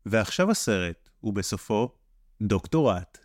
ועכשיו הסרט, ובסופו דוקטורט.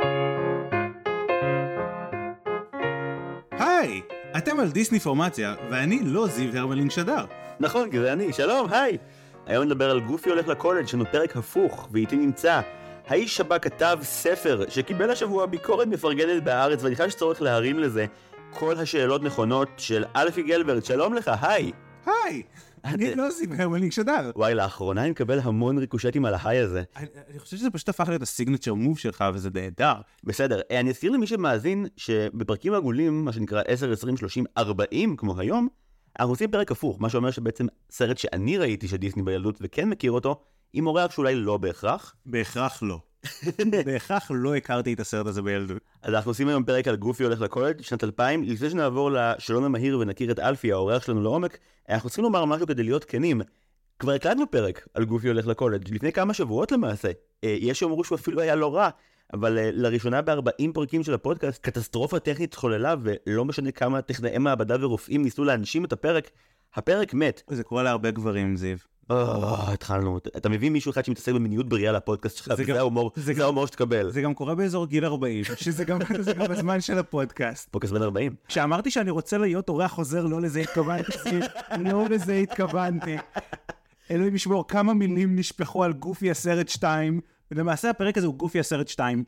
היי, אתם על דיסני פורמציה, ואני לא זיו הרמלינג שדר. נכון, זה אני. שלום, היי. היום נדבר על גופי הולך לקולג' שלנו פרק הפוך, ואיתי נמצא האיש שבה כתב ספר שקיבל השבוע ביקורת מפרגנת בארץ, ואני חושב שצורך להרים לזה כל השאלות נכונות של אלפי גלברט. שלום לך, היי. היי, אני לא זיו הרמלינג שדר. וואי, לאחרונה אני מקבל המון ריקושטים על ההיי הזה. אני חושב שזה פשוט הפך להיות הסיגנצ'ר מוב שלך, וזה נהדר. בסדר, אני אזכיר למי שמאזין שבפרקים עגולים, מה שנקרא 10, 20, 30, 40, כמו היום, אנחנו עושים פרק הפוך, מה שאומר שבעצם סרט שאני ראיתי של דיסני בילדות וכן מכיר אותו, עם אורח שאולי לא בהכרח. בהכרח לא. בהכרח לא הכרתי את הסרט הזה בילדות. אז אנחנו עושים היום פרק על גופי הולך לקולג' שנת 2000. לפני שנעבור לשאלון המהיר ונכיר את אלפי, האורח שלנו לעומק, אנחנו צריכים לומר משהו כדי להיות כנים. כבר הקלטנו פרק על גופי הולך לקולג' לפני כמה שבועות למעשה. יש שאומרו שהוא אפילו היה לא רע, אבל לראשונה ב-40 פרקים של הפודקאסט, קטסטרופה טכנית חוללה, ולא משנה כמה טכנאי מעבדה ורופאים ניסו להנשים את הפרק, הפרק מת. זה קורה להרבה גברים, זיו. התחלנו. אתה מביא מישהו אחד שמתעסק במיניות בריאה לפודקאסט שלך, וזה ההומור שתקבל. זה גם קורה באזור גיל 40, שזה גם בזמן של הפודקאסט. פודקאסט בן 40. כשאמרתי שאני רוצה להיות אורח חוזר, לא לזה התכוונתי. לא לזה התכוונתי. אלוהים ישמור, כמה מילים נשפחו על גופי הסרט 2, ולמעשה הפרק הזה הוא גופי הסרט 2.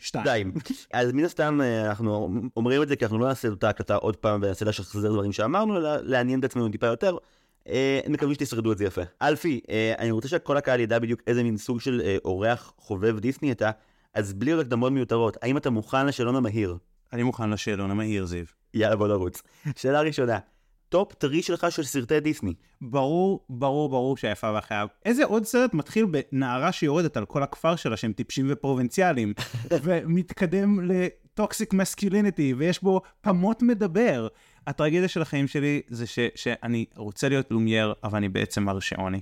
אז מן הסתם אנחנו אומרים את זה, כי אנחנו לא נעשה אותה הקלטה עוד פעם, ונעשה לשחזר דברים שאמרנו, אלא לעניין את עצמנו טיפה יותר. אני מקווה שתשרדו את זה יפה. אלפי, אני רוצה שכל הקהל ידע בדיוק איזה מין סוג של אורח חובב דיסני אתה, אז בלי עוד הקדמות מיותרות, האם אתה מוכן לשאלון המהיר? אני מוכן לשאלון המהיר, זיו. יאללה, בוא נרוץ. שאלה ראשונה, טופ 3 שלך של סרטי דיסני. ברור שהיפה והחייב. איזה עוד סרט מתחיל בנערה שיורדת על כל הכפר שלה שהם טיפשים ופרובינציאליים, ומתקדם לטוקסיק מסקיליניטי, ויש בו פמות מדבר. הטרגדיה של החיים שלי זה שאני רוצה להיות לומייר, אבל אני בעצם מרשעוני.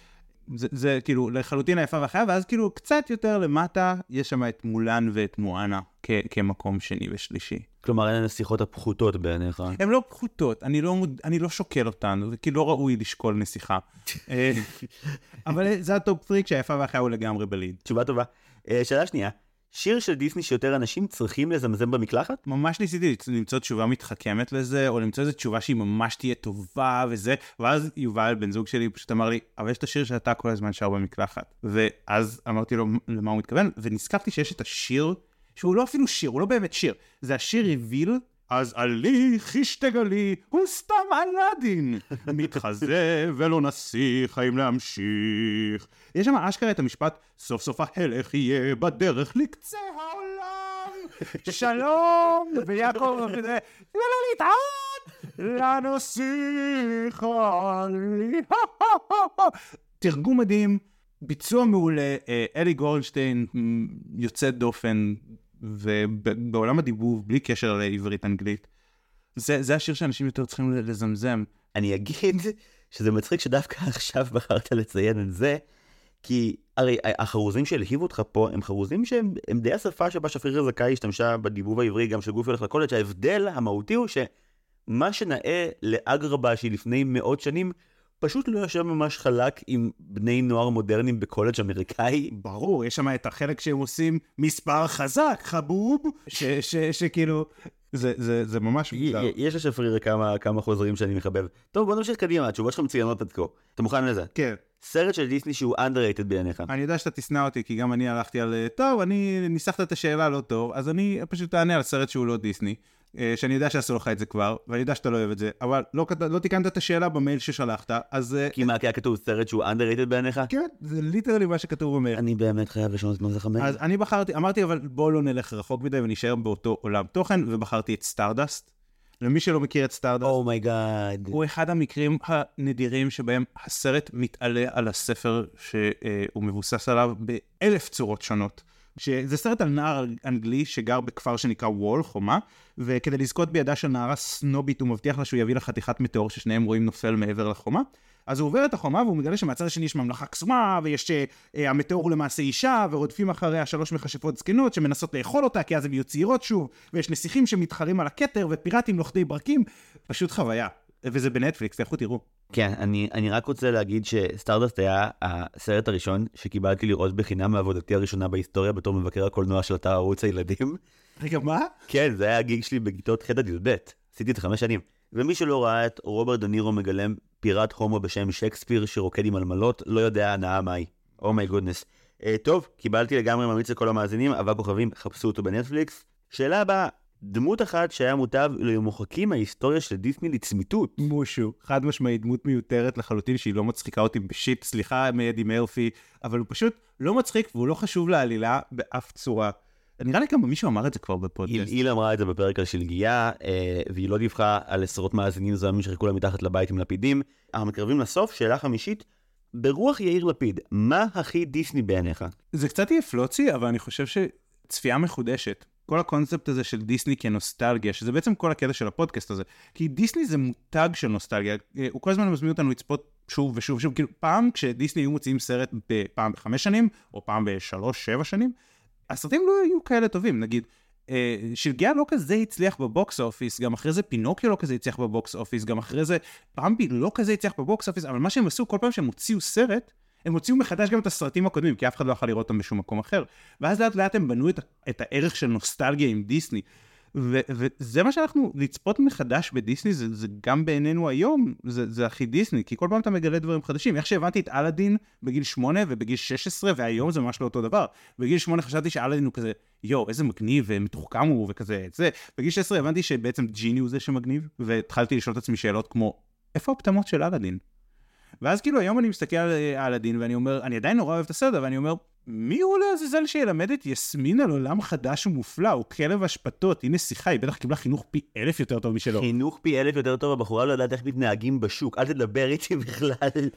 זה כאילו לחלוטין היפה והחייב, ואז כאילו קצת יותר למטה יש שם את מולן ואת מואנה כמקום שני ושלישי. כלומר, אין הנסיכות הפחותות בעיניך. הן לא פחותות, אני לא שוקל אותן, זה כאילו לא ראוי לשקול נסיכה. אבל זה הטופ טריק שהיפה והחייב הוא לגמרי בליד. תשובה טובה. שאלה שנייה, שיר של דיסני שיותר אנשים צריכים לזמזם במקלחת? ממש ניסיתי למצוא תשובה מתחכמת לזה, או למצוא איזו תשובה שהיא ממש תהיה טובה וזה, ואז יובל, בן זוג שלי, פשוט אמר לי, אבל יש את השיר שאתה כל הזמן שר במקלחת. ואז אמרתי לו למה הוא מתכוון, ונזכרתי שיש את השיר, שהוא לא אפילו שיר, הוא לא באמת שיר, זה השיר ריביל, אז עלי חיש תגלי, הוא סתם אלאדין, מתחזה ולא נסיך, האם להמשיך. יש שם אשכרה את המשפט, סוף סוף ההלך יהיה בדרך לקצה העולם, שלום, ויעקב, ולא להתעד, לנסיך עלי. תרגום מדהים, ביצוע מעולה, אלי גורנשטיין יוצא דופן, ובעולם הדיבוב, בלי קשר לעברית-אנגלית, זה השיר שאנשים יותר צריכים לזמזם. אני אגיד שזה מצחיק שדווקא עכשיו בחרת לציין את זה, כי הרי החרוזים שהלהיבו אותך פה, הם חרוזים שהם די השפה שבה שפריר זכאי השתמשה בדיבוב העברי, גם שגופי הולך לקולג'. ההבדל המהותי הוא שמה שנאה לאגרבה שהיא לפני מאות שנים, פשוט לא יושב ממש חלק עם בני נוער מודרניים בקולג' אמריקאי. ברור, יש שם את החלק שהם עושים מספר חזק, חבוב, שכאילו, זה ממש מוזר. יש לשפריר כמה חוזרים שאני מחבב. טוב, בוא נמשיך קדימה, התשובות שלך מצוינות עד כה. אתה מוכן לזה? כן. סרט של דיסני שהוא underrated בעיניך. אני יודע שאתה תשנא אותי, כי גם אני הלכתי על, טוב, אני ניסחת את השאלה לא טוב, אז אני פשוט אענה על סרט שהוא לא דיסני. שאני יודע שעשו לך את זה כבר, ואני יודע שאתה לא אוהב את זה, אבל לא תיקנת את השאלה במייל ששלחת, אז... כי מה, כי היה כתוב סרט שהוא underrated בעיניך? כן, זה ליטרלי מה שכתוב במייל. אני באמת חייב לשנות את נוסח המייל. אז אני אמרתי, אבל בואו לא נלך רחוק מדי ונשאר באותו עולם תוכן, ובחרתי את סטארדסט. למי שלא מכיר את סטארדסט, הוא אחד המקרים הנדירים שבהם הסרט מתעלה על הספר שהוא מבוסס עליו ב1000 צורות שונות. שזה סרט על נער אנגלי שגר בכפר שנקרא וול, חומה, וכדי לזכות בידה של נערה סנובית הוא מבטיח לה שהוא יביא לה חתיכת מטאור ששניהם רואים נופל מעבר לחומה. אז הוא עובר את החומה והוא מגלה שמהצד השני יש ממלכה קסומה, ויש המטאור הוא למעשה אישה, ורודפים אחריה 3 מכשפות זקנות שמנסות לאכול אותה, כי אז הן יהיו צעירות שוב, ויש נסיכים שמתחרים על הכתר, ופיראטים לוכדי ברקים, פשוט חוויה. וזה בנטפליקס, תלכו תראו. כן, אני רק רוצה להגיד שסטארדסט היה הסרט הראשון שקיבלתי לראות בחינם מעבודתי הראשונה בהיסטוריה בתור מבקר הקולנוע של אתר ערוץ הילדים. רגע, מה? כן, זה היה הגיג שלי בכיתות ח' עד י"ב. עשיתי את זה 5 שנים. ומי שלא ראה את רוברט דנירו מגלם פיראט הומו בשם שייקספיר שרוקד עם אלמלות, לא יודע הנאה מהי. מי גודנס. טוב, קיבלתי לגמרי ממליץ לכל המאזינים, אבק כוכבים, חפשו אותו בנטפליקס. שאלה הבאה, דמות אחת שהיה מוטב למוחקים מההיסטוריה של דיסני לצמיתות. מושו, חד משמעי, דמות מיותרת לחלוטין שהיא לא מצחיקה אותי בשיט, סליחה מאדי מרפי, אבל הוא פשוט לא מצחיק והוא לא חשוב לעלילה באף צורה. נראה לי גם מישהו אמר את זה כבר בפודקאסט. איל אמרה את זה בפרק על שלגיה, והיא לא דיווחה על עשרות מאזינים זוהמים שחיכו לה מתחת לבית עם לפידים. אנחנו מתקרבים לסוף, שאלה חמישית, ברוח יאיר לפיד, מה הכי דיסני בעיניך? זה קצת יהיה פלוצי, אבל אני חושב שצפייה מחודשת. כל הקונספט הזה של דיסני כנוסטלגיה, שזה בעצם כל הקטע של הפודקאסט הזה. כי דיסני זה מותג של נוסטלגיה. הוא כל הזמן מזמין אותנו לצפות שוב ושוב ושוב. כאילו פעם כשדיסני היו מוציאים סרט פעם ב5 שנים, או פעם ב3-7 שנים, הסרטים לא היו כאלה טובים. נגיד, שלגיה לא כזה הצליח בבוקס אופיס, גם אחרי זה פינוקיו לא כזה הצליח בבוקס אופיס, גם אחרי זה במבי לא כזה הצליח בבוקס אופיס, אבל מה שהם עשו כל פעם שהם הוציאו סרט, הם הוציאו מחדש גם את הסרטים הקודמים, כי אף אחד לא יכול לראות אותם בשום מקום אחר. ואז לאט לאט הם בנו את הערך של נוסטלגיה עם דיסני. וזה מה שאנחנו, לצפות מחדש בדיסני, זה גם בעינינו היום, זה הכי דיסני, כי כל פעם אתה מגלה דברים חדשים. איך שהבנתי את אלאדין בגיל 8 ובגיל 16, והיום זה ממש לא אותו דבר. בגיל 8 חשבתי שאלאדין הוא כזה, איזה מגניב ומתוחכם הוא וכזה, זה. בגיל 16 הבנתי שבעצם ג'יני הוא זה שמגניב, והתחלתי לשאול את עצמי שאלות כמו, איפה הפתמות של אלאדין? ואז כאילו היום אני מסתכל על אלאדין ואני אומר, אני עדיין נורא אוהב את הסרט, ואני אומר, מי הוא לעזאזל שילמד את יסמין על עולם חדש ומופלא? הוא כלב השפתות, הנה שיחה, היא בטח קיבלה חינוך פי 1000 יותר טוב משלו. חינוך פי 1000 יותר טוב, הבחורה לא יודעת איך מתנהגים בשוק, אל תדבר איתי בכלל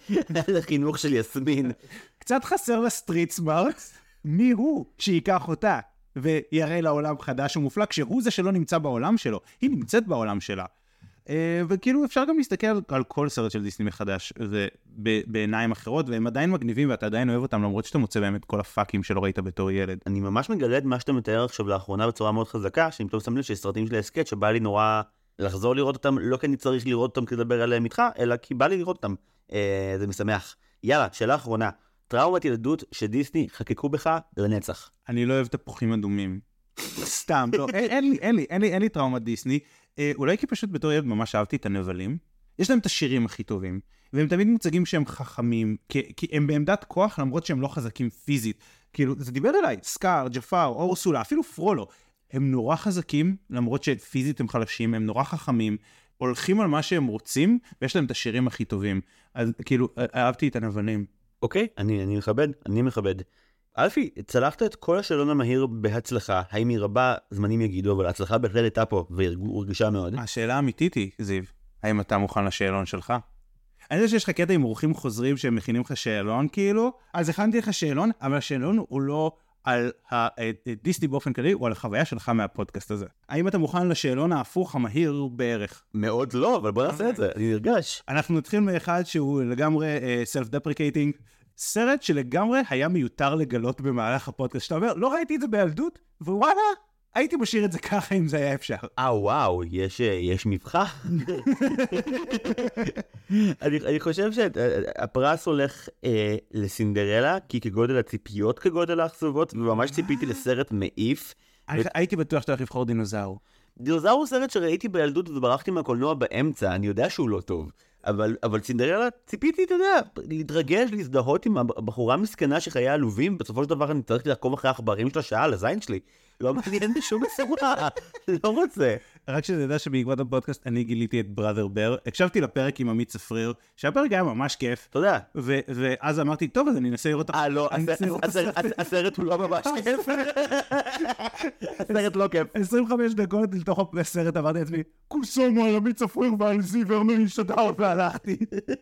על החינוך של יסמין. קצת חסר לסטריט סמארט, מי הוא שיקח אותה ויראה לעולם חדש ומופלא, כשהוא זה שלא נמצא בעולם שלו, היא נמצאת בעולם שלה. וכאילו אפשר גם להסתכל על כל סרט של דיסני מחדש בעיניים אחרות, והם עדיין מגניבים ואתה עדיין אוהב אותם, למרות שאתה מוצא באמת כל הפאקים שלא ראית בתור ילד. אני ממש מגלה את מה שאתה מתאר עכשיו לאחרונה בצורה מאוד חזקה, שאני פתאום שם לב שיש סרטים של הסקט שבא לי נורא לחזור לראות אותם, לא כי אני צריך לראות אותם כדבר עליהם איתך, אלא כי בא לי לראות אותם. זה משמח. יאללה, שאלה אחרונה. טראומת ילדות שדיסני חקקו בך לנצח. אני לא אוהב תפוחים אדומים. סתם, לא, אין לי טראומת דיסני. אולי כי פשוט בתור ילד ממש אהבתי את הנבלים. יש להם את השירים הכי טובים, והם תמיד מוצגים שהם חכמים, כי הם בעמדת כוח למרות שהם לא חזקים פיזית. כאילו, זה דיבר אליי, סקאר, ג'פר, אורסולה, אפילו פרולו. הם נורא חזקים, למרות שפיזית הם חלשים, הם נורא חכמים, הולכים על מה שהם רוצים, ויש להם את השירים הכי טובים. אז כאילו, אהבתי את הנבלים. אוקיי, אני מכבד. אלפי, צלחת את כל השאלון המהיר בהצלחה, האם היא רבה, זמנים יגידו, אבל ההצלחה בהחלט הייתה פה, והורגשה מאוד. השאלה האמיתית היא, זיו, האם אתה מוכן לשאלון שלך? אני יודע שיש לך קטע עם אורחים חוזרים שהם מכינים לך שאלון, כאילו, אז הכנתי לך שאלון, אבל השאלון הוא לא על דיסני באופן כללי, הוא על החוויה שלך מהפודקאסט הזה. האם אתה מוכן לשאלון ההפוך המהיר בערך? מאוד לא, אבל בוא נעשה את זה, אני נרגש. אנחנו נתחיל מאחד שהוא לגמרי self-deprecating, סרט שלגמרי היה מיותר לגלות במהלך הפודקאסט. שאתה אומר, לא ראיתי את זה בילדות, ווואלה, הייתי משאיר את זה ככה אם זה היה אפשר. וואו, יש מבחר. אני חושב שהפרס הולך לסינדרלה, כי כגודל הציפיות כגודל האכזבות, וממש ציפיתי לסרט מעיף. הייתי בטוח שאתה הולך לבחור דינוזאור. דינוזאור הוא סרט שראיתי בילדות וברחתי מהקולנוע באמצע, אני יודע שהוא לא טוב. אבל סינדרלה, ציפיתי, אתה יודע, להתרגש, להזדהות עם הבחורה מסכנה שחיי עלובים, בסופו של דבר אני צריך לעקוב אחרי העכברים של השעה על הזין שלי. לא מעניין בשום מסורה, לא רוצה. רק שזה יודע שבעקבות הפודקאסט אני גיליתי את בראדר בר, הקשבתי לפרק עם עמית צפריר, שהפרק היה ממש כיף. תודה. ואז אמרתי, טוב, אז אני אנסה לראות... לא, הסרט הוא לא ממש כיף. הסרט לא כיף. 25 דקות לתוך הסרט עברתי לעצמי, כולסונו על עמית צפריר ועל זיו הרמני שדאות והלכתי.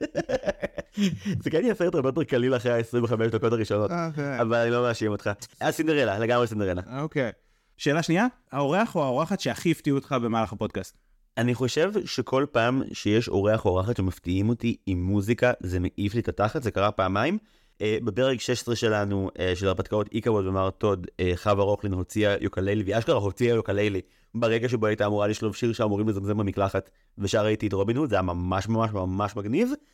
זה כן יהיה סרט הרבה יותר קליל אחרי ה-25 דקות הראשונות, אבל אני לא מאשים אותך. סינדרלה, לגמרי סינדרלה. אוקיי. שאלה שנייה, האורח או האורחת שהכי הפתיעו אותך במהלך הפודקאסט? אני חושב שכל פעם שיש אורח או אורחת שמפתיעים אותי עם מוזיקה, זה מעיף לי את התחת, זה קרה פעמיים. בפרק 16 שלנו, של הרפתקאות איקווד ומר טוד, חווה רוקלין הוציאה יוקללי, ואשכרה הוציאה יוקללי, ברגע שבו הייתה אמורה לשלוב שיר שאמורים לזמזם במקלחת, ושרה איתי את רובין הוד, זה היה ממש ממש ממש מגניב.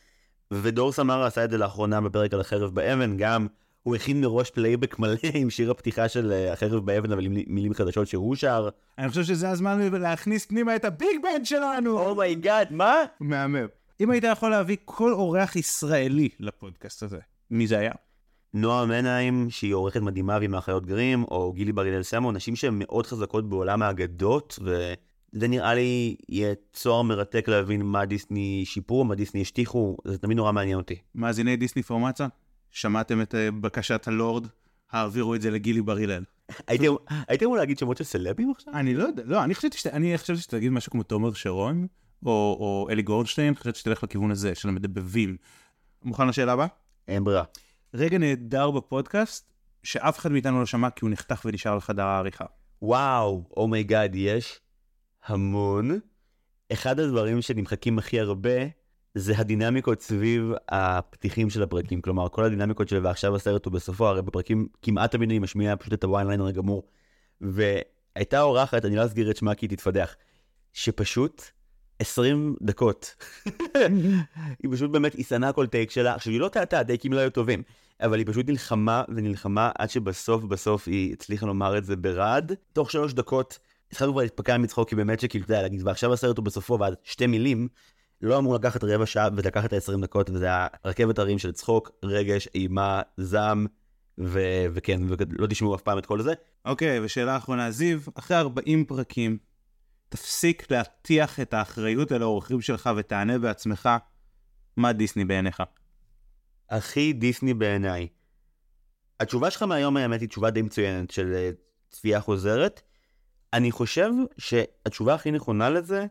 ודור סמרה עשה את זה לאחרונה בפרק על החרב באבן, גם הוא הכין מראש פלייבק מלא עם שיר הפתיחה של החרב באבן, אבל עם מילים חדשות שהוא שר. אני חושב שזה הזמן להכניס פנימה את הביג בנד שלנו. אומייגאד, מה? מהמם. אם היית יכול להביא כל אורח ישראלי לפודקאסט הזה, מי זה היה? נועה מנהיים, שהיא עורכת מדהימה ועם האחיות גרים, או גילי בר-הלל סמו, נשים שהן מאוד חזקות בעולם האגדות, וזה נראה לי יהיה צוהר מרתק להבין מה דיסני שיפרו, מה דיסני השטיחו, זה תמיד נורא מעניין אותי. מאזיני דיסני פורמצה? שמעתם את בקשת הלורד? העבירו את זה לגילי בר-הלל. הייתם אמור להגיד שמות של סלבים עכשיו? אני לא יודע, לא, אני חשבתי שתגיד משהו כמו תומר שרון, או אלי גורדשטיין, חשבתי שתלך לכיוון הזה, של המדבבים. מוכן לשאלה הבאה? אין ברירה. רגע נהדר בפודקאסט, שאף אחד מאיתנו לא שמע, כי הוא נחתך ונשאר לחדר העריכה. וואו, אומייגאד, יש המון. אחד הדברים שנמחקים הכי הרבה, זה הדינמיקות סביב הפתיחים של הפרקים. כלומר, כל הדינמיקות של ועכשיו הסרט הוא בסופו, הרי בפרקים כמעט תמיד אני משמיע פשוט את הוויין ליינר הגמור. והייתה אורחת, אני לא אסגיר את שמה כי היא תתפדח, שפשוט 20 דקות. היא פשוט באמת, היא שנאה כל טייק שלה. עכשיו, היא לא טעתה, טייקים לא היו טובים, אבל היא פשוט נלחמה ונלחמה עד שבסוף היא הצליחה לומר את זה ברעד. תוך 3 דקות, התחלנו כבר להתפקע מצחוק, כי באמת שכאילו, אתה יודע, להגיד, ועכשיו הסרט הוא בסופו, ועד 2 מילים, לא אמור לקחת רבע שעה ולקחת 20 דקות, וזה הרכבת הרים של צחוק, רגש, אימה, זעם, וכן, ולא תשמעו אף פעם את כל זה. אוקיי, ושאלה אחרונה, זיו, אחרי 40 פרקים, תפסיק להטיח את האחריות על האורחים שלך ותענה בעצמך, מה דיסני בעיניך? הכי דיסני בעיניי. התשובה שלך מהיום האמת היא תשובה די מצוינת של צפייה חוזרת. אני חושב שהתשובה הכי נכונה לזה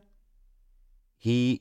היא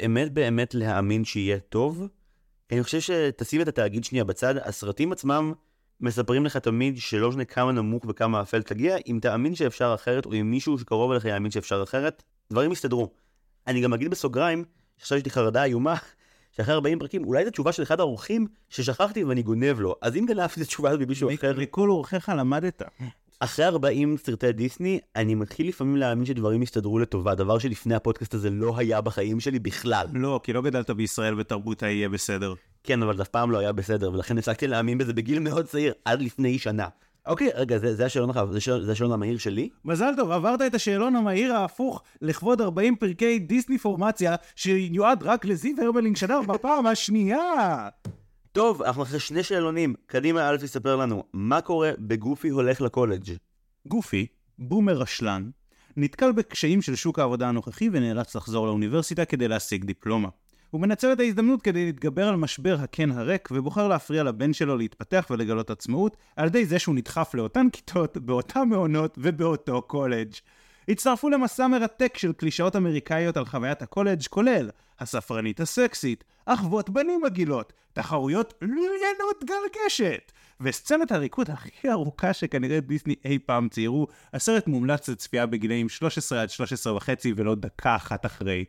באמת להאמין שיהיה טוב. אני חושב שתשים את התאגיד שנייה בצד, הסרטים עצמם מספרים לך תמיד שלא משנה כמה נמוך וכמה אפל תגיע, אם תאמין שאפשר אחרת, או אם מישהו שקרוב אליך יאמין שאפשר אחרת, דברים יסתדרו. אני גם אגיד בסוגריים, שעכשיו יש לי חרדה איומה, שאחרי 40 פרקים, אולי זו תשובה של אחד האורחים ששכחתי ואני גונב לו. אז אם גנבתי את התשובה הזאת במישהו אחר... לכל אורחיך למדת. אחרי 40 סרטי דיסני, אני מתחיל לפעמים להאמין שדברים יסתדרו לטובה, דבר שלפני הפודקאסט הזה לא היה בחיים שלי בכלל. לא, כי לא גדלת בישראל בתרבות יהיה בסדר. כן, אבל אף פעם לא היה בסדר, ולכן הפסקתי להאמין בזה בגיל מאוד צעיר, עד לפני שנה. אוקיי, רגע, זה השאלון אחר, זה השאלון המהיר שלי? מזל טוב, עברת את השאלון המהיר ההפוך לכבוד 40 פרקי דיסני פורמציה, שיועד רק לזיו הרמלינג שדר בפעם השנייה. טוב, אנחנו אחרי 2 שאלונים. קדימה, אלף יספר לנו, מה קורה בגופי הולך לקולג'? גופי, בומר רשלן, נתקל בקשיים של שוק העבודה הנוכחי ונאלץ לחזור לאוניברסיטה כדי להשיג דיפלומה. הוא מנצל את ההזדמנות כדי להתגבר על משבר הקן הריק, ובוחר להפריע לבן שלו להתפתח ולגלות עצמאות, על ידי זה שהוא נדחף לאותן כיתות, באותם מעונות ובאותו קולג'. הצטרפו למסע מרתק של קלישאות אמריקאיות על חוויית הקולג', כולל הספרנית הסקסית, אחוות בנים מגעילות, תחרויות לוליינות גלגשת, וסצנת הריקוד הכי ארוכה שכנראה דיסני אי פעם ציירו. הסרט מומלץ לצפייה בגילאים 13 עד 13 וחצי ולא דקה אחת אחרי.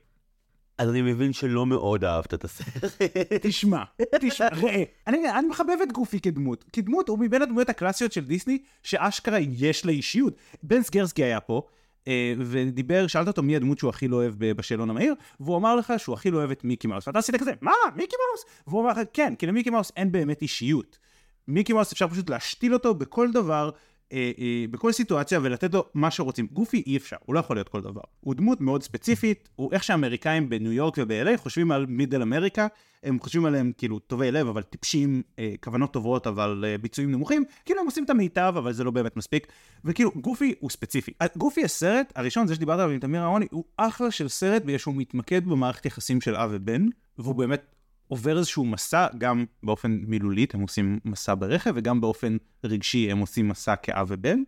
אז אני מבין שלא מאוד אהבת את הסרט. תשמע, ראה, אני מחבב את גופי כדמות. כדמות הוא מבין הדמויות הקלאסיות של דיסני, שאשכרה יש לה אישיות. בן סגרסקי היה פה, ודיבר, שאלת אותו מי הדמות שהוא הכי לא אוהב בשאלון המהיר, והוא אמר לך שהוא הכי לא אוהב את מיקי מאוס. ואתה עשית כזה, מה? מיקי מאוס? והוא אמר לך, כן, כי למיקי מאוס אין באמת אישיות. מיקי מאוס אפשר פשוט להשתיל אותו בכל דבר, בכל סיטואציה, ולתת לו מה שרוצים. גופי אי אפשר, הוא לא יכול להיות כל דבר. הוא דמות מאוד ספציפית, הוא איך שהאמריקאים בניו יורק וב-LA חושבים על מידל אמריקה, הם חושבים עליהם כאילו טובי לב, אבל טיפשים, כוונות טובות, אבל ביצועים נמוכים, כאילו הם עושים את המיטב, אבל זה לא באמת מספיק, וכאילו גופי הוא ספציפי. גופי הסרט, הראשון, זה שדיברת עליו עם תמיר העוני, הוא אחלה של סרט, בגלל שהוא מתמקד במערכת יחסים של אב ובן, והוא באמת עובר איזשהו מסע, גם באופן מילולית, הם עושים מסע ברכב, וגם באופן רגשי, הם עושים מסע כאב ובן.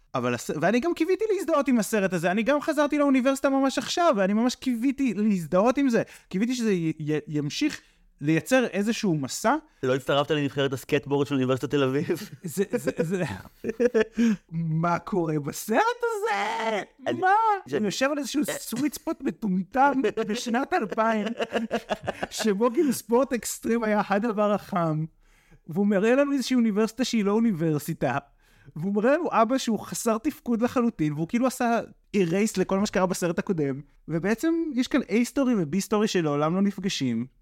ואני גם קיוויתי להזדהות עם הסרט הזה, אני גם חזרתי לאוניברסיטה ממש עכשיו, ואני ממש קיוויתי להזדהות עם זה. קיוויתי שזה ימשיך לייצר איזשהו מסע. לא הצטרפת לנבחרת הסקטבורד של אוניברסיטת תל אביב? מה קורה בסרט הזה? מה? אני יושב על איזשהו סוויט ספוט מטומטם בשנת 2000, שבו כאילו ספורט אקסטרים היה הדבר החם, והוא מראה לנו איזושהי אוניברסיטה שהיא לא אוניברסיטה, והוא מראה לנו אבא שהוא חסר תפקוד לחלוטין, והוא כאילו עשה אירייס לכל מה שקרה בסרט הקודם, ובעצם יש כאן A-סטורי ו-B-סטורי שלעולם לא נפגשים,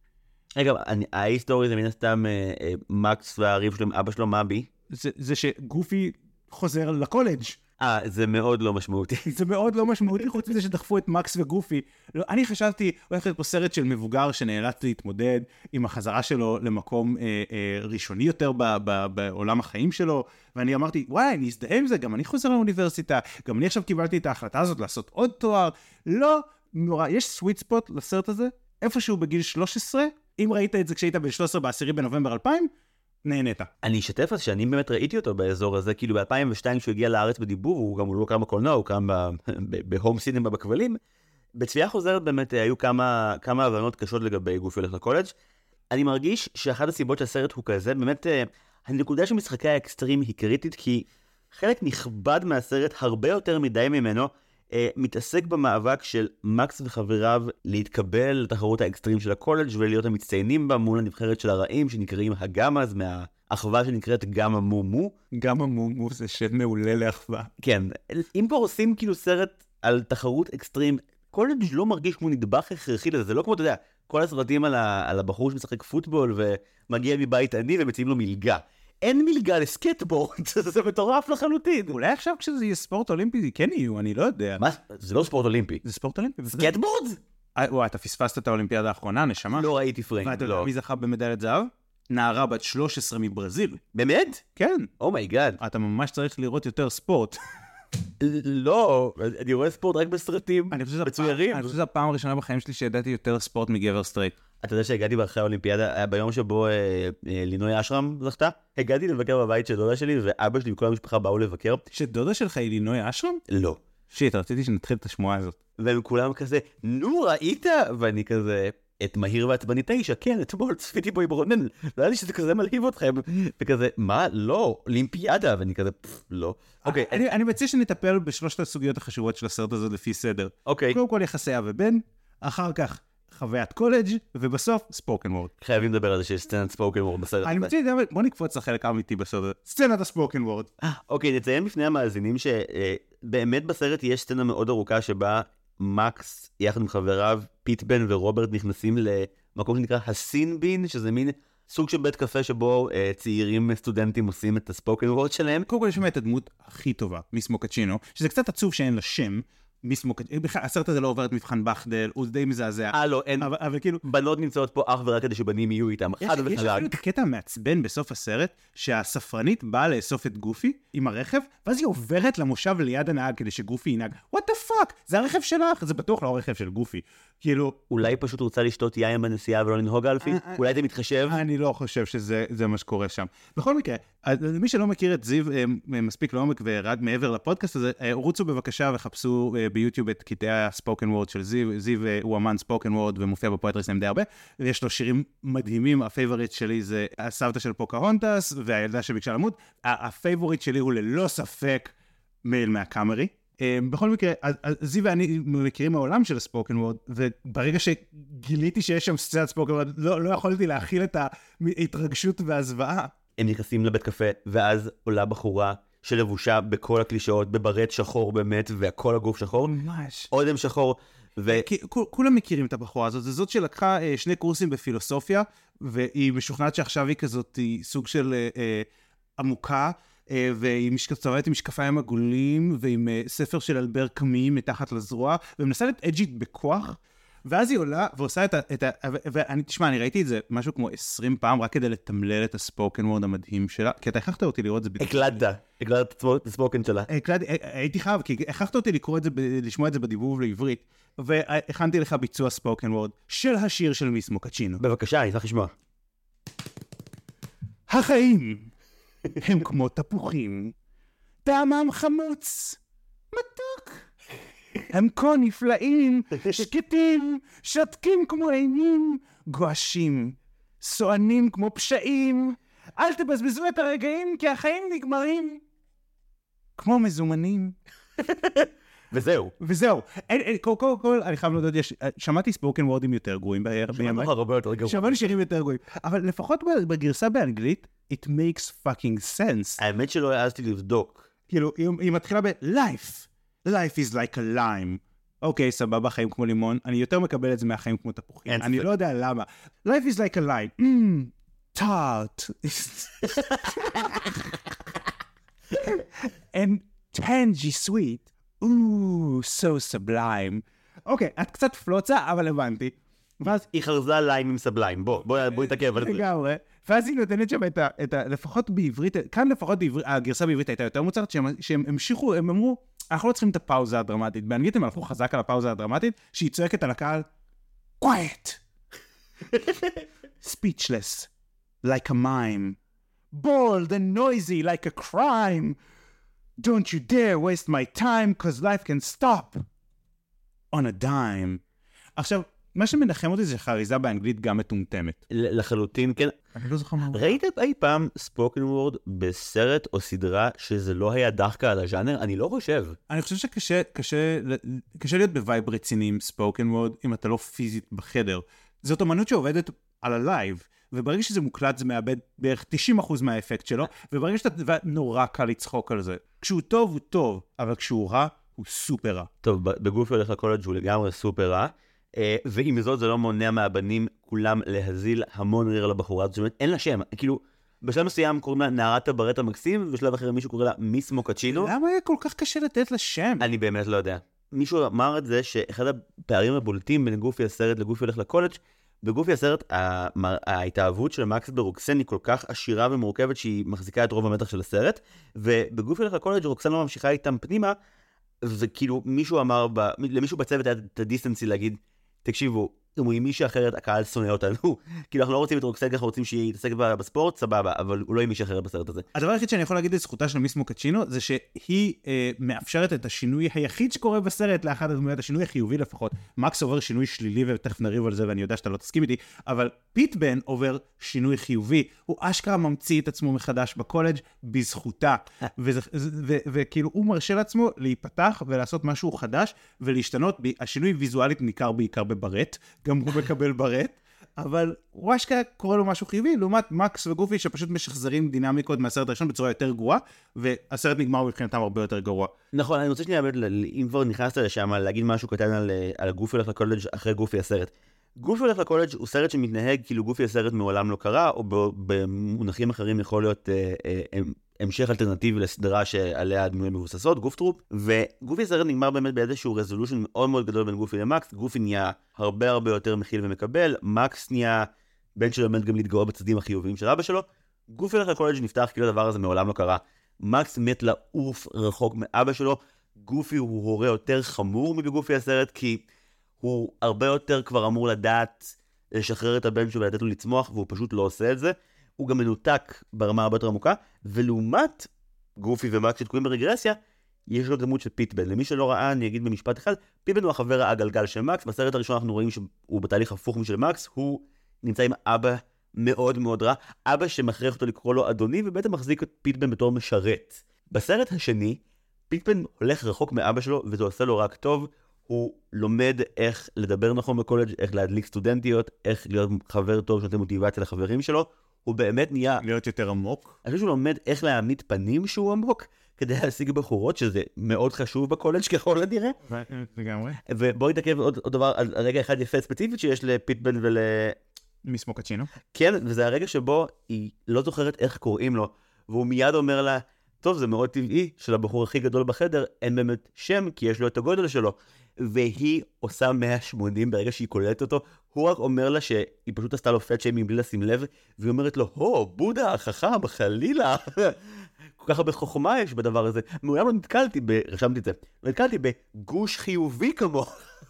רגע, ההיסטורי זה מן הסתם מקס והריב שלו עם אבא שלו, מה בי? זה שגופי חוזר לקולג'. זה מאוד לא משמעותי. זה מאוד לא משמעותי, חוץ מזה שדחפו את מקס וגופי. לא, אני חשבתי, הולך להיות פה סרט של מבוגר שנאלץ להתמודד עם החזרה שלו למקום ראשוני יותר בעולם החיים שלו, ואני אמרתי, וואי, אני אזדהה עם זה, גם אני חוזר לאוניברסיטה, גם אני עכשיו קיבלתי את ההחלטה הזאת לעשות עוד תואר. לא, נורא, יש סוויט ספוט לסרט הזה, איפשהו בגיל 13, אם ראית את זה כשהיית ב-13 ב-10 בנובמבר 2000, נהנית. אני אשתף אז שאני באמת ראיתי אותו באזור הזה, כאילו ב-2002 כשהוא הגיע לארץ בדיבוב, הוא גם לא קם בקולנוע, הוא קם בהום סינימה בכבלים. בצפייה חוזרת באמת היו כמה הבנות קשות לגבי גופי הולך לקולג'. אני מרגיש שאחת הסיבות שהסרט הוא כזה, באמת הנקודה של משחקי האקסטרים היא קריטית, כי חלק נכבד מהסרט, הרבה יותר מדי ממנו, מתעסק במאבק של מקס וחבריו להתקבל לתחרות האקסטרים של הקולג' ולהיות המצטיינים בה מול הנבחרת של הרעים שנקראים הגמאז מהאחווה שנקראת גמא מומו. גמא מומו זה שם מעולה לאחווה. כן, אם פה עושים כאילו סרט על תחרות אקסטרים, קולג' לא מרגיש כמו נדבך הכרחי לזה, זה לא כמו אתה יודע, כל הסרטים על הבחור שמשחק פוטבול ומגיע מבית עני ומציעים לו מלגה. אין מלגה לסקטבורד, זה מטורף לחלוטין. אולי עכשיו כשזה יהיה ספורט אולימפי, זה כן יהיו, אני לא יודע. מה? זה לא ספורט אולימפי. זה ספורט אולימפי. סקטבורד? וואי, אתה פספסת את האולימפיאדה האחרונה, נשמה? לא ראיתי פריים, ואתה יודע מי זכה במדליית זהב? נערה בת 13 מברזיל. באמת? כן. אומייגאד. אתה ממש צריך לראות יותר ספורט. לא, אני רואה ספורט רק בסרטים מצוירים. אני חושב שזו הפעם הראשונה בחיים שלי שידעתי יותר ספורט מגבר סטרייט. אתה יודע שהגעתי אחרי האולימפיאדה, היה ביום שבו לינוי אשרם זכתה, הגעתי לבקר בבית של דודה שלי, ואבא שלי וכל המשפחה באו לבקר. שדודה שלך היא לינוי אשרם? לא. שיט, רציתי שנתחיל את השמועה הזאת. והם כולם כזה, נו, ראית? ואני כזה, את מהיר ועצבני 9, כן, אתמול צפיתי בו עם רונן, לא ידעתי שזה כזה מלהיב אתכם. וכזה, מה? לא, אולימפיאדה. ואני כזה, לא. אוקיי. אני מציע שנטפל בשלושת הסוגיות החשובות של הסרט הזה לפי סדר. אוקיי. קודם כל יחסי אב ובן, אחר כך חוויית קולג' ובסוף ספוקן וורד. חייבים לדבר על זה שיש סצנת ספוקן וורד בסרט. אני מציע, בוא נקפוץ לחלק האמיתי בסרט. סצנת הספוקן וורד. אוקיי, נציין בפני המאזינים שבאמת בסרט יש סצנה מאוד ארוכה שבה מקס יחד עם חבריו, פיטבן ורוברט נכנסים למקום שנקרא הסין בין, שזה מין סוג של בית קפה שבו צעירים סטודנטים עושים את הספוקן וורד שלהם. קודם כל יש את הדמות הכי טובה, מיס מוקצ'ינו, שזה קצת עצוב שאין לה שם. בכלל, הסרט הזה לא עובר את מבחן בחדל, הוא די מזעזע. לא, אין. אבל כאילו... בנות נמצאות פה אך ורק כדי שבנים יהיו איתם. יש אפילו את הקטע המעצבן בסוף הסרט, שהספרנית באה לאסוף את גופי עם הרכב, ואז היא עוברת למושב ליד הנהג כדי שגופי ינהג. What the fuck? זה הרכב שלך? זה בטוח לא הרכב של גופי. כאילו... אולי פשוט רוצה לשתות יין בנסיעה ולא לנהוג אלפי? אולי זה מתחשב? אני לא חושב שזה מה שקורה שם. בכל מקרה, מי שלא מכיר את זיו מספיק לעומק ורק מעבר לפודקאסט הזה, רוצו בבקשה וחפשו ביוטיוב את קטעי הספוקן וורד של זיו. זיו הוא אמן ספוקן וורד ומופיע בפואטריסים די הרבה, ויש לו שירים מדהימים. הפייבוריט שלי זה הסבתא של פוקהונטס והילדה שביקשה למות. הפייבוריט שלי הוא ללא ספק מייל מהקאמרי. בכל מקרה, זיו ואני מכירים העולם של הספוקן וורד, וברגע שגיליתי שיש שם סצנת ספוקן וורד, לא יכולתי להכיל את ההתרגשות והזוועה. הם נכנסים לבית קפה, ואז עולה בחורה שלבושה בכל הקלישאות, בברט שחור באמת, והכל הגוף שחור. ממש. אודם שחור. כולם מכירים את הבחורה הזאת, זאת שלקחה 2 קורסים בפילוסופיה, והיא משוכנעת שעכשיו היא כזאת, היא סוג של עמוקה, והיא צובעת עם משקפיים עגולים, ועם ספר של אלבר קאמי מתחת לזרוע, ומנסה להיות אג'ית בכוח, ואז היא עולה ועושה תשמע, אני ראיתי את זה משהו כמו 20 פעם, רק כדי לתמלל את הספוקן וורד המדהים שלה, כי אתה הכרחת אותי לראות את זה. הקלדת את הספוקן שלה. הייתי חייב, כי הכרחת אותי לקרוא את זה, לשמוע את זה בדיבוב לעברית, והכנתי לך ביצוע ספוקן וורד של השיר של מיס מוקצ'ינו. בבקשה, אני אשמח לשמוע. החיים הם כמו תפוחים, טעמם חמוץ, מתוק. הם כה נפלאים, שקטים, שתקים כמו עינים, גועשים, סוענים כמו פשעים. אל תבזבזו את הרגעים, כי החיים נגמרים כמו מזומנים. וזהו. כל, אני חייב להודות, שמעתי ספוקן וורדים יותר גרועים בימיי. שמעתי שירים יותר גרועים. אבל לפחות בגרסה באנגלית, it makes fucking sense. האמת שלא העזתי לבדוק. כאילו, היא מתחילה ב-life is like a lime. אוקיי, סבבה, חיים כמו לימון, אני יותר מקבל את זה מהחיים כמו תפוחים. אני לא יודע למה. Life is like a line. Tart. And tangy sweet. Ooh, so sublime. אוקיי, את קצת פלוצה, אבל הבנתי. היא חרזה ליים עם סבליים, בוא נתעכב על זה. לגמרי. ואז היא נותנת שם את ה... לפחות בעברית, כאן לפחות הגרסה בעברית הייתה יותר מוצרת, שהם המשיכו, הם אמרו, אנחנו לא צריכים את הפאוזה הדרמטית. באנגלית הם הלכו חזק על הפאוזה הדרמטית, שהיא צועקת על הקהל, quiet. Speechless, like a mime. Bold and noisy like a crime. Don't you dare waste my time, cause life can stop on a dime. עכשיו, מה שמנחם אותי זה חריזה באנגלית גם מטומטמת. לחלוטין, כן. אני לא זוכר מה. ראית אי פעם ספוקן וורד בסרט או סדרה שזה לא היה דחקה על הז'אנר? אני לא חושב. אני חושב שקשה להיות בווייב רציני עם ספוקן וורד אם אתה לא פיזית בחדר. זאת אומנות שעובדת על הלייב, וברגע שזה מוקלט זה מאבד בערך 90% מהאפקט שלו, וברגע שאתה נורא קל לצחוק על זה. כשהוא טוב הוא טוב, אבל כשהוא רע הוא סופר רע. טוב, בגופי הולך לקולג' הוא לגמרי סופר רע. ועם זאת זה לא מונע מהבנים כולם להזיל המון ריר לבחורה, זאת אומרת, אין לה שם, כאילו, בשלב מסוים קוראים לה נערת הברט המקסים, ובשלב אחר מישהו קורא לה מיס מוקצ'ינו. למה היה כל כך קשה לתת לה שם? אני באמת לא יודע. מישהו אמר את זה שאחד הפערים הבולטים בין גופי הסרט לגופי הולך לקולג', בגופי הסרט ההתאהבות של מקס ברוקסן היא כל כך עשירה ומורכבת שהיא מחזיקה את רוב המתח של הסרט, ובגופי הולך לקולג' רוקסן לא ממשיכה איתם פנימה, וכאילו מישהו אמר, למישהו בצוות היה את הדיסטנסי להגיד, תקשיבו, אם מישהי אחרת, הקהל שונא אותנו. כאילו, אנחנו לא רוצים את רוקסן, אנחנו רוצים שהיא יתעסק בספורט, סבבה, אבל הוא לא עם מישהי אחרת בסרט הזה. הדבר היחיד שאני יכול להגיד לזכותה של מיס מוקצ'ינו, זה שהיא מאפשרת את השינוי היחיד שקורה בסרט לאחד הדמויות, השינוי החיובי לפחות. מקס עובר שינוי שלילי, ותכף נריב על זה, ואני יודע שאתה לא תסכים איתי, אבל פיטבן עובר שינוי חיובי. הוא אשכרה ממציא את עצמו מחדש בקולג' בזכותה. וכאילו, הוא מרשה לעצמו להיפתח ולעשות משהו חדש, ולהשתנות. השינוי ויזואלית ניכר בעיקר בברט, גם הוא מקבל ברט, אבל הוא אשכרה קורא לו משהו חיובי, לעומת מקס וגופי שפשוט משחזרים דינמיקות מהסרט הראשון בצורה יותר גרועה, והסרט נגמר מבחינתם הרבה יותר גרוע. נכון, אני רוצה שנייה, אם כבר נכנסת לשם, להגיד משהו קטן על גופי הולך לקולג' אחרי גופי הסרט. גופי הולך לקולג' הוא סרט שמתנהג כאילו גופי הסרט מעולם לא קרה, או במונחים אחרים יכול להיות המשך אלטרנטיבי לסדרה שעליה הדמויות מבוססות, גוף טרופ, וגופי הסרט נגמר באמת באיזשהו רזולושן מאוד מאוד גדול בין גופי למקס, גופי נהיה הרבה יותר מכיל ומקבל, מקס נהיה בן שלומד גם להתגאות בצדדים החיוביים של אבא שלו, גופי הולך לקולג' נפתח כאילו הדבר הזה מעולם לא קרה, מקס מת לעוף רחוק מאבא שלו, גופי הוא הורה יותר חמור מבגופי הסרט, כי הוא הרבה יותר כבר אמור לדעת לשחרר את הבן שלו ולתת לו לצמוח, והוא פשוט לא עושה את זה. הוא גם מנותק ברמה הרבה יותר עמוקה, ולעומת גופי ומקס שתקועים ברגרסיה, יש לו דמות של פיטבן. למי שלא ראה, אני אגיד במשפט אחד, פיטבן הוא החבר הגלגל של מקס, בסרט הראשון אנחנו רואים שהוא בתהליך הפוך משל מקס, הוא נמצא עם אבא מאוד מאוד רע, אבא שמכריח אותו לקרוא לו אדוני, ובעצם מחזיק את פיטבן בתור משרת. בסרט השני, פיטבן הולך רחוק מאבא שלו, וזה עושה לו רק טוב, הוא לומד איך לדבר נכון בקולג', איך להדליק סטודנטיות, איך להיות חבר טוב שנותן מוטיבציה לחברים שלו, הוא באמת נהיה... להיות יותר עמוק. אני חושב שהוא לומד איך להעמיד פנים שהוא עמוק, כדי להשיג בחורות, שזה מאוד חשוב בקולג' ככל הנראה. לגמרי. ובואי נתעכב עוד דבר, על רגע אחד יפה ספציפית שיש לפיטבן מיס מוקצ'ינו. כן, וזה הרגע שבו היא לא זוכרת איך קוראים לו, והוא מיד אומר לה, טוב, זה מאוד טבעי שלבחור הכי גדול בחדר אין באמת שם, כי יש לו את הגודל שלו. והיא עושה 180 ברגע שהיא קולטת אותו, הוא רק אומר לה שהיא פשוט עשתה לו פט שיימינג בלי לשים לב, והיא אומרת לו, בודה, חכם, חלילה. כל כך הרבה חוכמה יש בדבר הזה. מעולם לא רשמתי את זה, נתקלתי בגוש חיובי כמו.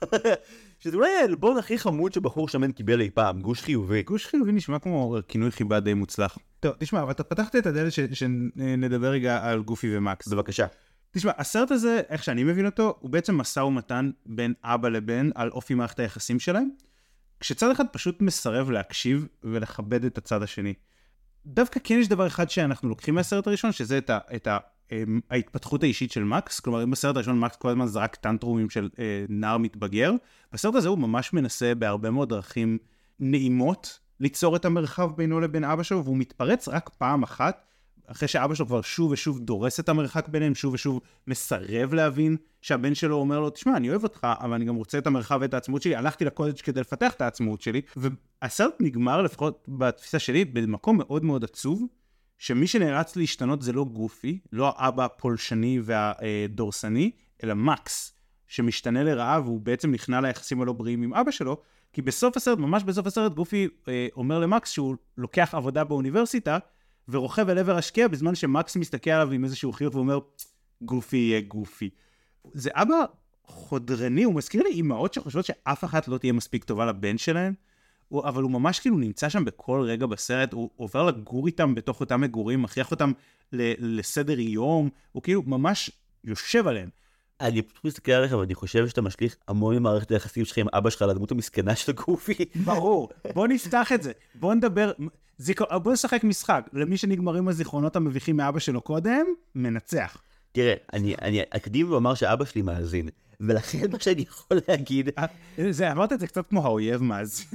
שזה אולי העלבון הכי חמוד שבחור שמן קיבל אי פעם, גוש חיובי. גוש חיובי נשמע כמו כינוי חיבה די מוצלח. טוב, תשמע, אבל אתה פתחת את הדלת שנדבר רגע על גופי ומקס. בבקשה. תשמע, הסרט הזה, איך שאני מבין אותו, הוא בעצם משא ומתן בין אבא לבן על אופי מערכת היחסים שלהם, כשצד אחד פשוט מסרב להקשיב ולכבד את הצד השני. דווקא כן יש דבר אחד שאנחנו לוקחים מהסרט הראשון, שזה את ההתפתחות האישית של מקס, כלומר, בסרט הראשון מקס כל הזמן זרק טנטרומים של נער מתבגר, בסרט הזה הוא ממש מנסה בהרבה מאוד דרכים נעימות, ליצור את המרחב בינו לבין אבא שלו, והוא מתפרץ רק פעם אחת, אחרי שאבא שלו כבר שוב ושוב דורס את המרחק ביניהם, שוב ושוב מסרב להבין שהבן שלו אומר לו, תשמע, אני אוהב אותך, אבל אני גם רוצה את המרחב ואת העצמאות שלי, הלכתי לקולג' כדי לפתח את העצמאות שלי, והסרט נגמר, לפחות בתפיסה שלי, במקום מאוד מאוד עצוב, שמי שנאלץ להשתנות זה לא גופי, לא האבא הפולשני והדורסני, אלא מקס, שמשתנה לרעה, והוא בעצם נכנע ליחסים הלא בריאים עם אבא שלו, כי בסוף הסרט, ממש בסוף הסרט, גופי אומר למקס שהוא לוקח עבודה באוניברסיטה, ורוכב אל עבר השקיע, בזמן שמקס מסתכל עליו עם איזשהו חיוך, ואומר, גופי יהיה גופי. זה אבא חודרני, הוא מזכיר לי אימהות שחושבות שאף אחת לא תהיה מספיק טובה לבן שלהם, אבל הוא ממש כאילו נמצא שם בכל רגע בסרט, הוא עובר לגור איתם בתוך אותם מגורים, מכריח אותם לסדר יום, הוא כאילו ממש יושב עליהם. אני פשוט מסתכל עליך, ואני חושב שאתה משליך המון ממערכת היחסים שלך עם אבא שלך, לדמות המסכנה של גופי. ברור, בוא נפתח את זה, בוא נדבר, בוא נשחק משחק, למי שנגמרים הזיכרונות המביכים מאבא שלו קודם, מנצח. תראה, אני אקדים ואומר שאבא שלי מאזין, ולכן מה שאני יכול להגיד... אמרת את זה קצת כמו האויב מאזין.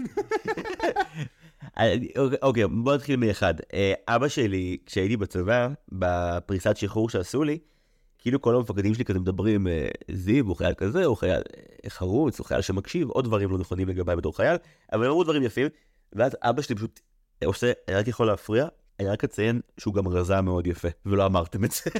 אוקיי, בוא נתחיל מאחד. אבא שלי, כשהייתי בצבא, בפריסת שחרור שעשו לי, כאילו כל המפקדים שלי כזה מדברים, זיו, הוא חייל כזה, הוא חייל חרוץ, הוא חייל שמקשיב, עוד דברים לא נכונים לגביי בתור חייל, אבל הם אמרו דברים יפים, ואז אבא שלי פשוט עושה, אני רק יכול להפריע, אני רק אציין שהוא גם רזה מאוד יפה, ולא אמרתם את זה.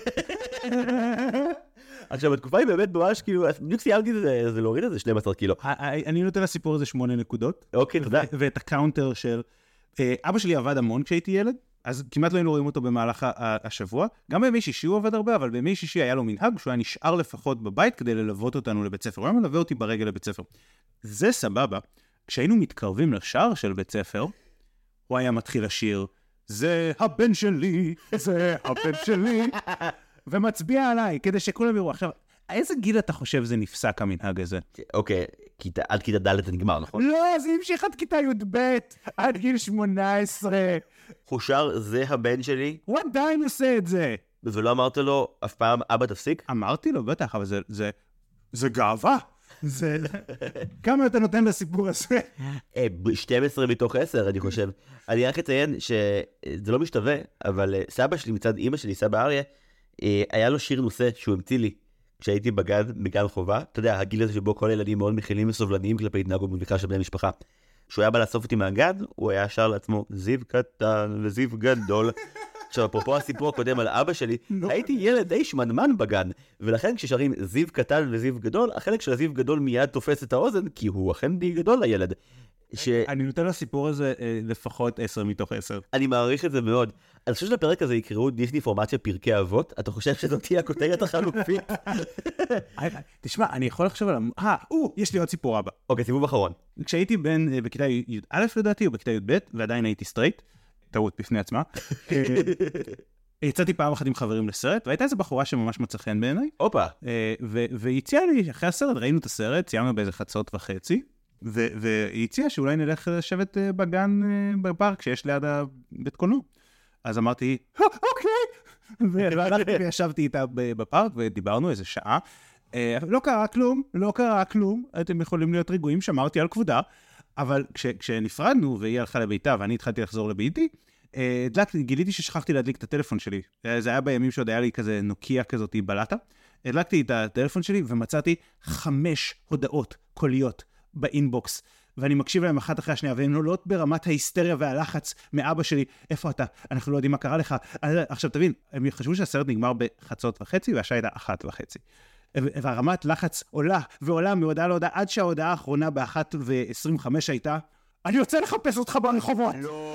עכשיו, התקופה היא באמת ממש, כאילו, בדיוק סיימתי את זה, זה להוריד את זה 12 קילו. אני נותן לסיפור הזה 8 נקודות. אוקיי, תודה. ואת הקאונטר של... אבא שלי עבד המון כשהייתי ילד, אז כמעט לא היינו רואים אותו במהלך השבוע. גם בימי שישי הוא עבד הרבה, אבל בימי שישי היה לו מנהג שהוא היה נשאר לפחות בבית כדי ללוות אותנו לבית ספר. הוא היה מלווה אותי ברגל לבית ספר. זה סבבה. כשהיינו מתקרבים לשער של בית ספר, הוא היה מתחיל לשיר, זה הבן שלי, זה הבן שלי, ומצביע עליי, כדי שכולם יראו. עכשיו, איזה גיל אתה חושב זה נפסק המנהג הזה? אוקיי, עד כיתה ד' זה נגמר, נכון? לא, זה המשיך עד כיתה י"ב, עד גיל 18. הוא שר, זה הבן שלי? הוא עדיין עושה את זה. ולא אמרת לו, אף פעם, אבא תפסיק? אמרתי לו, בטח, אבל זה גאווה. כמה אתה נותן לסיפור הזה? 12 מתוך 10, אני חושב. אני רק אציין שזה לא משתווה, אבל סבא שלי מצד אמא שלי, סבא אריה, היה לו שיר נושא שהוא המציא לי כשהייתי בגן חובה. אתה יודע, הגיל הזה שבו כל הילדים מאוד מכילים וסובלניים כלפי התנהגות במבחר של בני משפחה. כשהוא היה בא לאסוף אותי מהגן, הוא היה שר לעצמו זיו קטן וזיו גדול. עכשיו, אפרופו הסיפור הקודם על אבא שלי, הייתי ילד די שמנמן בגן, ולכן כששרים זיו קטן וזיו גדול, החלק של הזיו גדול מיד תופס את האוזן, כי הוא אכן די גדול לילד. אני נותן לסיפור הזה לפחות 10 מתוך 10. אני מעריך את זה מאוד. אני חושב שלפרק הזה יקראו דיסני פורמציה פרקי אבות, אתה חושב שזאת תהיה הכותרת החלופית? תשמע, אני יכול לחשוב על... יש לי עוד סיפור הבא. אוקיי, סיבוב אחרון. כשהייתי בכיתה י"א לדעתי, או בכיתה י"ב, ועדיין הייתי סטרייט, טעות בפני עצמה, יצאתי פעם אחת עם חברים לסרט, והייתה איזו בחורה שממש מצא חן בעיניי. אופה. והיא הציעה לי, אחרי הסרט, ראינו את הסרט, סיימנו באיזה 13:30, והיא הציעה שאולי נלך לשבת בגן, בפארק שיש ליד הבית קולנוע. אז אמרתי, אוקיי, והלכתי וישבתי איתה בפארק, ודיברנו איזה שעה. לא קרה כלום, אתם יכולים להיות רגועים, שמרתי על כבודה, אבל כשנפרדנו, והיא הלכה לביתה, ואני התחלתי לחזור לביתי, גיליתי ששכחתי להדליק את הטלפון שלי. זה היה בימים שעוד היה לי כזה נוקיה כזאת בלטה. הדלקתי את הטלפון שלי, ומצאתי 5 הודעות קוליות באינבוקס, ואני מקשיב להם אחת אחרי השנייה, והן עולות ברמת ההיסטריה והלחץ מאבא שלי, איפה אתה? אנחנו לא יודעים מה קרה לך. עכשיו תבין, הם חשבו שהסרט נגמר ב13:30, והשעה הייתה 13:30. והרמת לחץ עולה ועולה מהודעה להודעה, עד שההודעה האחרונה ב13:25 הייתה, אני יוצא לחפש אותך ברחובות.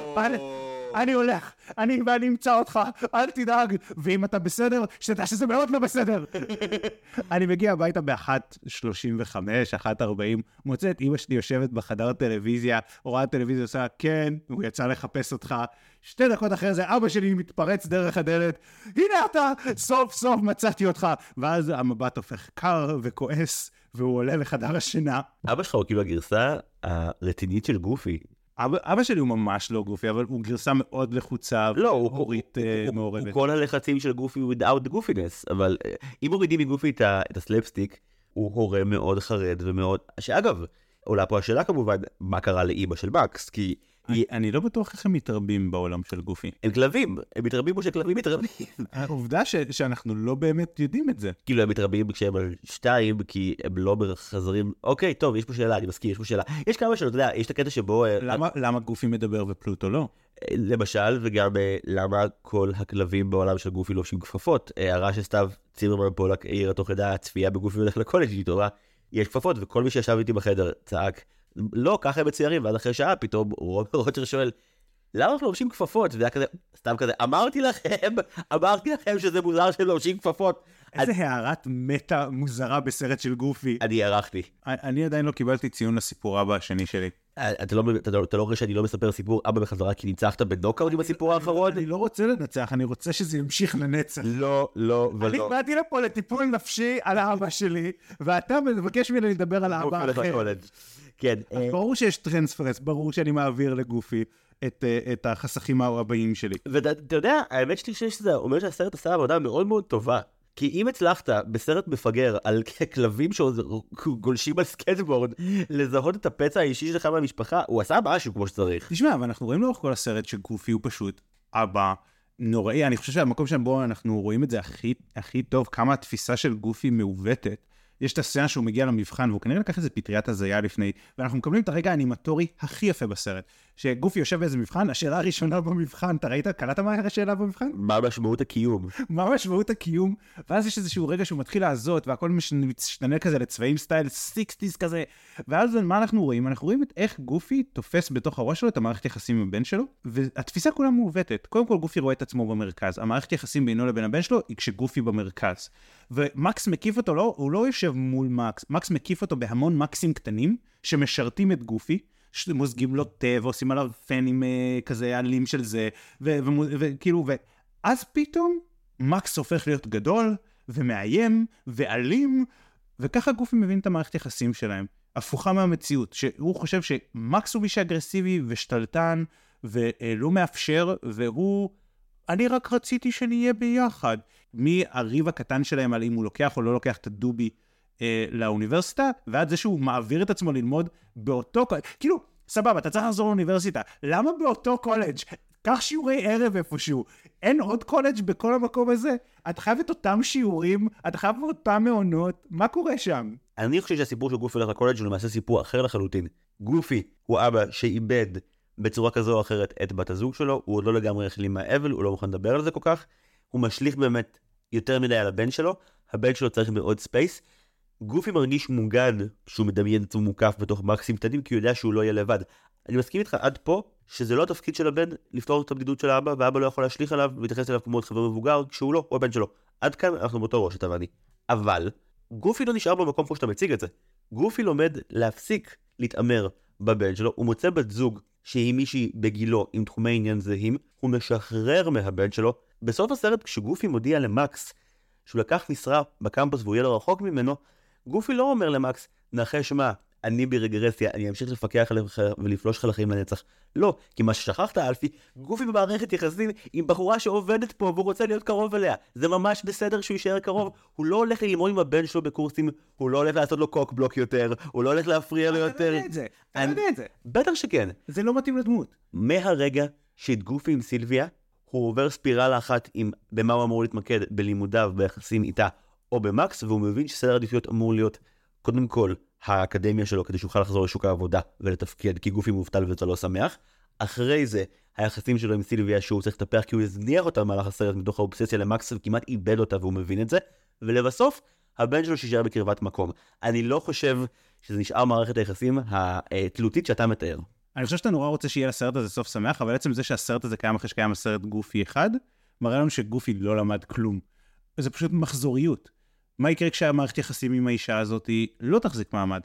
אני הולך, ואני אמצא אותך, אל תדאג, ואם אתה בסדר, שזה מאוד לא בסדר. אני מגיע הביתה ב13:35, 13:40, מוצא את אמא שלי יושבת בחדר טלוויזיה, רואה טלוויזיה, עושה, כן, הוא יצא לחפש אותך. 2 דקות אחרי זה, אבא שלי מתפרץ דרך הדלת, הנה אתה, סוף סוף מצאתי אותך. ואז המבט הופך קר וכועס, והוא עולה לחדר השינה. אבא שלך הוא כאילו הגרסה הרצינית של גופי. אבא שלי הוא ממש לא גופי, אבל הוא גרסה מאוד לחוצה, הורית מעורבת. הוא כל הלחצים של גופי without the goofiness, אבל אם מורידים מגופי את הסלפסטיק, הוא הורה מאוד חרד ומאוד... שאגב, עולה פה השאלה כמובן, מה קרה לאמא של מקס? כי אני לא בטוח איך הם מתרבים בעולם של גופי. הם כלבים, הם מתרבים כמו שכלבים מתרבים. העובדה שאנחנו לא באמת יודעים את זה. כאילו הם מתרבים כשהם על 2, כי הם לא בחזרים. אוקיי, טוב, יש פה שאלה, אני מסכים, יש פה שאלה. יש כמה שאלות, אתה יודע, יש את הקטע שבו... למה גופי מדבר ופלוטו לא? למשל, וגם למה כל הכלבים בעולם של גופי לובשים כפפות. הרע שסתיו צימרמן פולק העיר תוך כדי הצפייה בגופי הולך לקולג' היא טובה, יש כפפות, וכל מי שישב איתי בחדר צעק, לא, ככה הם מציירים, ועד אחרי שעה פתאום רוטר שואל, למה אנחנו לובשים כפפות? וזה היה כזה, סתם כזה, אמרתי לכם שזה מוזר שהם לובשים כפפות. איזה הערת מטה מוזרה בסרט של גופי. אני הערכתי. אני עדיין לא קיבלתי ציון לסיפור אבא השני שלי. אתה לא רואה שאני לא מספר סיפור אבא בחזרה כי ניצחת בנוקאוט עם הסיפור האחרון? אני לא רוצה לנצח, אני רוצה שזה ימשיך לנצח. לא ולא. אני באתי לפה לטיפול נפשי על האבא שלי, ואתה מבקש ממני לדבר על האבא אחר. כן. ברור שיש טרנספרס, ברור שאני מעביר לגופי את החסכים הבאים שלי. ואתה יודע, האמת שלי שזה אומר שהסרט עשה עבודה מאוד מאוד טובה. כי אם הצלחת בסרט מפגר על כלבים שגולשים על סקייטבורד לזהות את הפצע האישי שלך מהמשפחה, הוא עשה משהו כמו שצריך. תשמע, אבל אנחנו רואים לאורך כל הסרט שגופי הוא פשוט אבא נוראי. אני חושב שהמקום שבו אנחנו רואים את זה הכי טוב, כמה התפיסה של גופי מעוותת. יש את הסצנה שהוא מגיע למבחן, והוא כנראה לקח איזה פטריית הזיה לפני, ואנחנו מקבלים את הרגע האנימטורי הכי יפה בסרט. שגופי יושב באיזה מבחן, השאלה הראשונה במבחן, אתה ראית? קלטת מה השאלה במבחן? מה משמעות הקיום? מה משמעות הקיום? ואז יש איזשהו רגע שהוא מתחיל לעזות, והכל משתנה כזה לצבעים סטייל 60s כזה, ואז מה אנחנו רואים? אנחנו רואים את איך גופי תופס בתוך הראש שלו את המערכת יחסים עם הבן שלו, והתפיסה כולה מעוותת. קודם כל גופי רואה את עצמו במרכז, המערכת יחסים בינו לבין הבן שלו היא כשגופי במרכז. ומקס מקיף אותו, לא, הוא לא יושב מול מקס, מקס מקיף אותו בהמון מקסים קטנים שמשרתים את גופי, שמוזגים לו תה ועושים עליו פנים כזה עלים של זה, וכאילו, ואז פתאום מקס הופך להיות גדול ומאיים ואלים, וככה גופי מבין את המערכת יחסים שלהם, הפוכה מהמציאות, שהוא חושב שמקס הוא מישהו אגרסיבי ושתלטן ולא מאפשר, והוא, אני רק רציתי שנהיה ביחד. מהריב הקטן שלהם על אם הוא לוקח או לא לוקח את הדובי לאוניברסיטה, ועד זה שהוא מעביר את עצמו ללמוד באותו קולג'. כאילו, סבבה, אתה צריך לחזור לאוניברסיטה. למה באותו קולג'? קח שיעורי ערב איפשהו. אין עוד קולג' בכל המקום הזה? את חייב את אותם שיעורים? את חייב את אותם מעונות? מה קורה שם? אני חושב שהסיפור של גופי הולך לקולג' הוא למעשה סיפור אחר לחלוטין. גופי הוא אבא שאיבד בצורה כזו או אחרת את בת הזוג שלו, הוא עוד לא לגמרי החלים מהאבל, הוא לא מוכן לדבר על זה כל כך, הוא משליך באמת יותר מדי על הבן שלו, הבן שלו צריך מאוד ספייס, גופי מרגיש מוגן כשהוא מדמיין את עצמו מוקף בתוך מקסים קטנים, כי הוא יודע שהוא לא יהיה לבד. אני מסכים איתך עד פה, שזה לא התפקיד של הבן לפתור את הבדידות של האבא, והאבא לא יכול להשליך עליו ולהתייחס אליו כמו עוד חבר מבוגר, כשהוא לא, הוא הבן שלו. עד כאן אנחנו באותו ראש, אתה ואני. אבל, גופי לא נשאר במקום כמו שאתה מציג את זה. גופי לומד להפסיק להתאמר בבן שלו, הוא מוצא בת זוג שהיא מישהי בגילו עם תחומי עניין זהים, הוא משחרר מהבן שלו. בסוף הסרט, כשגופי מודיע למקס שהוא לקח משרה בקמפוס והוא יהיה לו רחוק ממנו, גופי לא אומר למקס, נחש מה, אני ברגרסיה, אני אמשיך לפקח עליך ולפלוש לך לחיים לנצח. לא, כי מה ששכחת אלפי, גופי במערכת יחסים עם בחורה שעובדת פה והוא רוצה להיות קרוב אליה. זה ממש בסדר שהוא יישאר קרוב. הוא לא הולך ללמוד עם הבן שלו בקורסים, הוא לא הולך לעשות לו קוק בלוק יותר, הוא לא הולך להפריע לו יותר. אתה יודע את זה, אתה יודע את זה. בטח שכן. זה לא מתאים לדמות. מהרגע שאת גופי עם סילביה, הוא עובר ספירלה אחת עם במה הוא אמור להתמקד בלימודיו, ביחסים איתה או במקס, והוא מבין שסדר עדיפויות אמור להיות קודם כל האקדמיה שלו כדי שיוכל לחזור לשוק העבודה ולתפקיד, כי גופי מובטל ואתה לא שמח. אחרי זה היחסים שלו עם סילביה שהוא צריך לטפח כי הוא הזניח אותה במהלך הסרט מתוך האובססיה למקס וכמעט איבד אותה והוא מבין את זה. ולבסוף הבן שלו שישאר בקרבת מקום. אני לא חושב שזה נשאר מערכת היחסים התלותית שאתה מתאר. אני חושב שאתה נורא רוצה שיהיה לסרט הזה סוף שמח, אבל בעצם זה שהסרט הזה קיים אחרי שקיים הסרט גופי אחד, מראה לנו שגופי לא למד כלום. זה פשוט מחזוריות. מה יקרה כשהמערכת יחסים עם האישה הזאת לא תחזיק מעמד?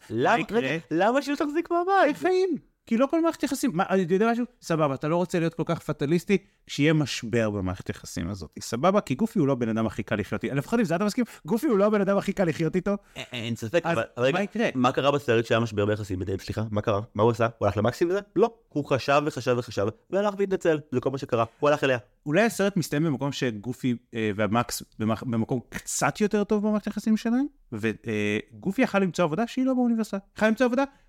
למה שלא תחזיק מעמד? חיים. כי לא כל מערכת יחסים. אני יודע משהו? סבבה, אתה לא רוצה להיות כל כך פטליסטי, כשיהיה משבר במערכת יחסים הזאת. סבבה, כי גופי הוא לא בן אדם הכי קל לחיות איתו. לפחות אם זה אתה מסכים, גופי הוא לא בן אדם הכי קל לחיות איתו. אין ספק, אז מה יקרה? מה קרה בסרט שהיה משבר ביחסים בדייב? סליחה, מה קרה? מה הוא עשה? הוא הלך למקסים וזה? לא. הוא חשב וחשב והלך והתנצל. זה כל מה שקרה. הוא הלך אליה. אולי הסרט מסתיים במקום שגופי והמקס במקום קצת יותר טוב במערכת היחסים שלהם, וגופי יכל למצוא עבודה שהיא לא באוניברסיטה. יכל למצוא עבודה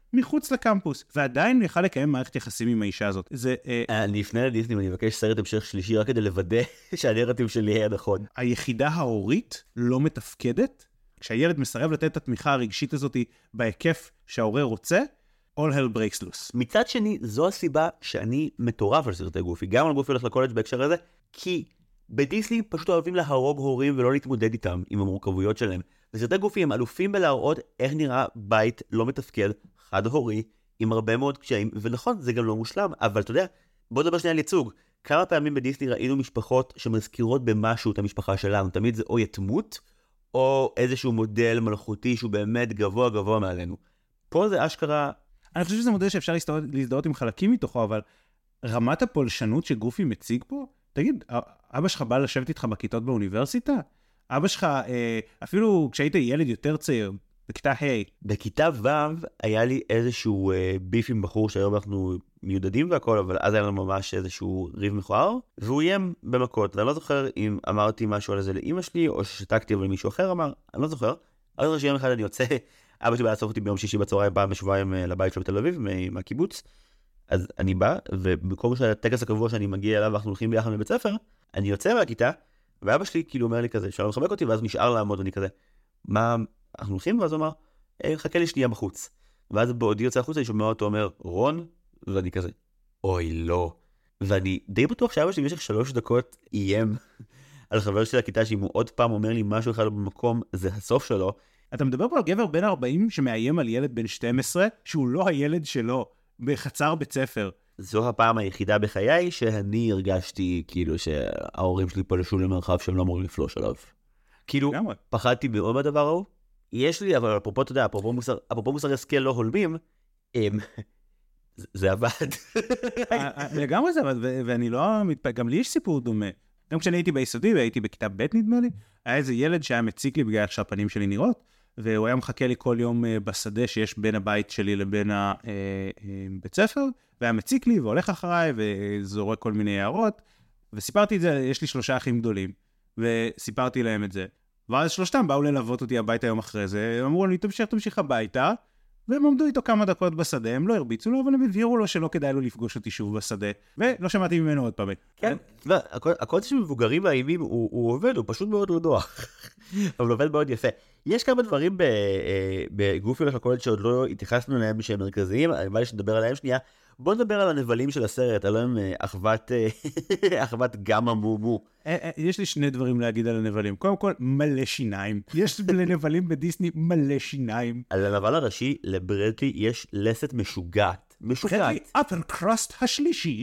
מחוץ לקמפוס, ועדיין יכל לקיים מערכת יחסים עם האישה הזאת. אני אפנה לדיסני ואני מבקש סרט המשך שלישי רק כדי לוודא שהנרטיב שלי יהיה נכון. היחידה ההורית לא מתפקדת, כשהילד מסרב לתת את התמיכה הרגשית הזאת בהיקף שההורה רוצה, all hell breaks loose. מצד שני, זו הסיבה שאני מטורף על סרטי גופי, גם על גופי הולך לקולג' בהקשר הזה, כי בדיסני פשוט אוהבים להרוג הורים ולא להתמודד איתם עם המורכבויות שלהם. וסרטי גופי הם אלופים בלהראות איך נראה בית לא מתפקד, חד הורי, עם הרבה מאוד קשיים, ונכון, זה גם לא מושלם, אבל אתה יודע, בוא נדבר שנייה על ייצוג. כמה פעמים בדיסני ראינו משפחות שמזכירות במשהו את המשפחה שלנו, תמיד זה או יתמות, או איזשהו מודל מלאכותי שהוא באמת גבוה גבוה מעלינו. פה זה אשכרה... אני חושב שזה מודל שאפשר להזדהות עם חלקים מתוכו, אבל רמת הפולשנות שגופי מציג פה, תגיד, אבא שלך בא לשבת איתך בכיתות באוניברסיטה? אבא שלך, אפילו כשהיית ילד יותר צעיר, בכיתה ה'. בכיתה ו' היה לי איזשהו ביף עם בחור שהיום אנחנו מיודדים והכל, אבל אז היה לנו ממש איזשהו ריב מכוער, והוא איים במכות, ואני לא זוכר אם אמרתי משהו על זה לאמא שלי, או ששתקתי אבל מישהו אחר אמר, אני לא זוכר. אז ראשי יום אחד אני יוצא, אבא שלי בא לאסוף אותי ביום שישי בצהריים, פעם בשבועיים לבית שלו בתל אביב, מהקיבוץ, אז אני בא, ובמקום שהטקס הקבוע שאני מגיע אליו, ואנחנו הולכים ביחד מבית ספר, אני יוצא מהכיתה, ואבא שלי כאילו אומר לי כזה, שלום מחבק אותי, ואז נשאר לעמוד, ואני כזה, מה, אנחנו הולכים? ואז הוא אמר, חכה לי שנייה בחוץ. ואז בעודי יוצא החוץ, אני שומע אותו אומר, רון? ואני כזה, אוי לא. ואני די בטוח שאבא שלי במשך 3 דקות איים על חבר שלי לכיתה, שאם הוא עוד פעם אומר לי משהו אחד במקום, זה הסוף שלו. אתה מדבר פה על גבר בן 40 שמאיים על ילד בן 12, שהוא לא הילד שלו, בחצר בית ספר. זו הפעם היחידה בחיי שאני הרגשתי כאילו שההורים שלי פלשו למרחב שהם לא אמורים לפלוש עליו. כאילו, פחדתי מאוד מהדבר ההוא. יש לי, אבל אפרופו, אתה יודע, אפרופו מוסר השכל לא הולמים, זה עבד. לגמרי זה עבד, ואני לא גם לי יש סיפור דומה. גם כשאני הייתי ביסודי, והייתי בכיתה ב' נדמה לי, היה איזה ילד שהיה מציק לי בגלל איך שהפנים שלי נראות, והוא היה מחכה לי כל יום בשדה שיש בין הבית שלי לבין הבית ספר, והיה מציק לי והולך אחריי וזורק כל מיני הערות, וסיפרתי את זה, יש לי 3 אחים גדולים, וסיפרתי להם את זה. ואז 3 באו ללוות אותי הביתה יום אחרי זה, הם אמרו לי, תמשיך הביתה, והם עמדו איתו כמה דקות בשדה, הם לא הרביצו לו, אבל הם הבהירו לו שלא כדאי לו לפגוש אותי שוב בשדה, ולא שמעתי ממנו עוד פעם. כן, הכל של מבוגרים והאימים הוא עובד, הוא פשוט מאוד לא נוח, אבל עובד מאוד יפה. יש כמה דברים בגופי הולך לקולג' שעוד לא התייחסנו אליהם שהם מרכזיים, אני בא לי שנדבר עליהם שנייה. בוא נדבר על הנבלים של הסרט, עליהם אחוות גמא מומו. יש לי 2 דברים להגיד על הנבלים. קודם כל, מלא שיניים. יש לנבלים בדיסני מלא שיניים. על הנבל הראשי, לברדלי, יש לסת משוגעת. ברדלי, upper crust השלישי.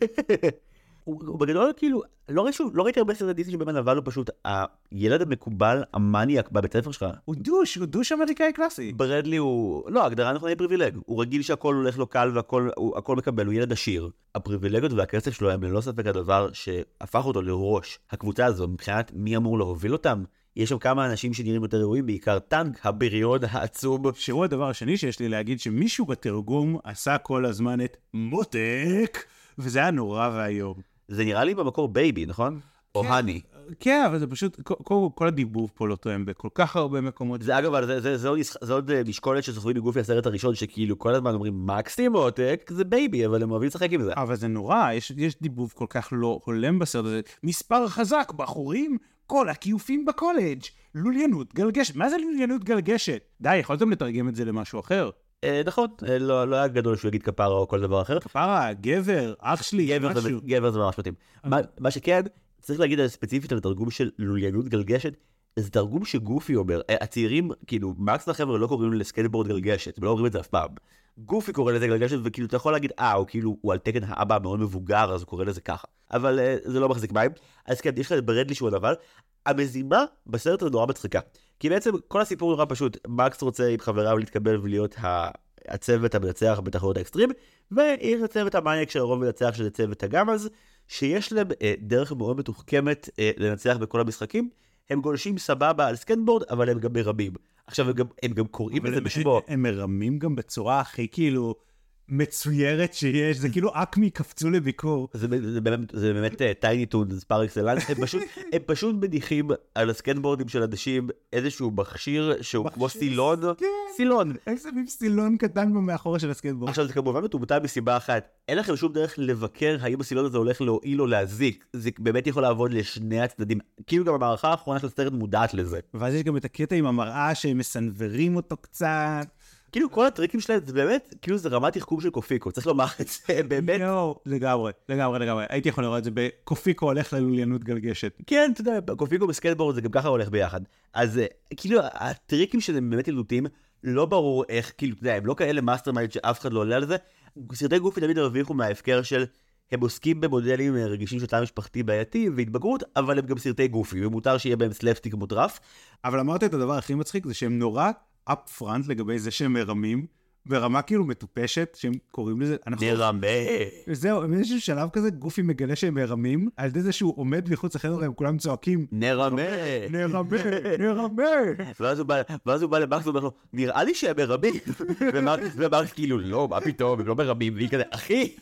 הוא בגדול כאילו, לא ראיתי הרבה סרטי דיסני שבהם הנבל הוא פשוט הילד המקובל, המניאק בבית ספר שלך. הוא דוש אמריקאי קלאסי. ברדלי הוא, לא, הגדרה נכונה פריבילג. הוא רגיל שהכל הולך לו קל והכל מקבל, הוא ילד עשיר. הפריבילגיות והכסף שלו הם ללא ספק הדבר שהפך אותו לראש הקבוצה הזו, מבחינת מי אמור להוביל אותם. יש שם כמה אנשים שנראים יותר ראויים, בעיקר טנק, הבריון העצום. שהוא הדבר השני שיש לי להגיד שמישהו בתרגום עשה כל הזמן את מותק, וזה היה נורא והיום. זה נראה לי במקור בייבי, נכון? או הני. כן, אבל זה פשוט, כל הדיבוב פה לא תואם בכל כך הרבה מקומות. זה אגב, זה עוד משקולת שסופרים בגופי הסרט הראשון, שכאילו כל הזמן אומרים מקסים מותק, זה בייבי, אבל הם אוהבים לשחק עם זה. אבל זה נורא, יש דיבוב כל כך לא הולם בסרט הזה. מספר חזק, בחורים, כל הכיופים בקולג', לוליינות גלגשת. מה זה לוליינות גלגשת? די, יכולתם לתרגם את זה למשהו אחר. נכון, לא היה גדול שהוא יגיד כפרה או כל דבר אחר. כפרה, גבר, אח שלי, משהו. גבר זה ממש מתאים. מה שכן, צריך להגיד ספציפית על תרגום של לוליינות גלגשת, זה תרגום שגופי אומר, הצעירים, כאילו, מקס לחבר'ה לא קוראים לסקייטבורד גלגשת, ולא אומרים את זה אף פעם. גופי קורא לזה גלגשת, וכאילו אתה יכול להגיד, הוא על תקן האבא מאוד מבוגר, אז הוא קורא לזה ככה. אבל זה לא מחזיק מים. אז כן, יש לך את ברדלי שהוא הדבר. המזימה בסרט הזה נורא מצחיקה. כי בעצם כל הסיפור נורא פשוט, מקס רוצה עם חבריו להתקבל ולהיות הצוות המנצח בתחרות האקסטרים, ויש הצוות המניאק של הרוב מנצח של צוות הגמאז, שיש להם דרך מאוד מתוחכמת לנצח בכל המשחקים. הם גולשים סבבה על סקייטבורד, אבל הם גם מרמים. עכשיו הם גם קוראים לזה בשמו. הם מרמים גם בצורה הכי כאילו מצוירת שיש, זה כאילו אקמי קפצו לביקור. זה באמת טייני טונס פר אקסלנס, הם פשוט מניחים על הסקייטבורדים של אנשים איזשהו מכשיר שהוא כמו סילון. סילון. איזה מין סילון קטן במאחורה של הסקייטבורד. עכשיו זה כמובן מטומטם מסיבה אחת, אין לכם שום דרך לבקר האם הסילון הזה הולך להועיל או להזיק, זה באמת יכול לעבוד לשני הצדדים, כאילו גם המערכה האחרונה של הסרט מודעת לזה. ואז יש גם את הקטע עם המראה שהם מסנברים אותו קצת. כאילו כל הטריקים שלהם זה באמת, כאילו זה רמת תחכום של קופיקו, צריך לומר את זה, באמת. לגמרי. הייתי יכול לראות את זה בקופיקו הולך ללוליינות גלגשת. כן, אתה יודע, קופיקו בסקייטבורד זה גם ככה הולך ביחד. אז כאילו הטריקים שלהם באמת ילדותיים, לא ברור איך, כאילו, אתה יודע, הם לא כאלה מאסטרמייד שאף אחד לא עולה על זה. סרטי גופי תמיד הרוויחו מההפקר של, הם עוסקים במודלים רגישים של תא משפחתי בעייתי והתבגרות, אבל הם גם סרטי גופי, ומותר שיהיה בהם סלפסטיק מוטרף. אבל אמרת את הדבר הכי מצחיק, זה שהם נורא אפ פרנט לגבי זה שהם מרמים, ברמה כאילו מטופשת, שהם קוראים לזה... נרמה. זהו, באיזשהו שלב כזה, גופי מגלה שהם מרמים, על ידי זה שהוא עומד מחוץ לחדר, הם כולם צועקים, נרמה. ואז הוא בא למרקס ואומר לו, נראה לי שהם מרמים. ומרקס כאילו, לא, מה פתאום, הם לא מרמים, והיא כזה, אחי,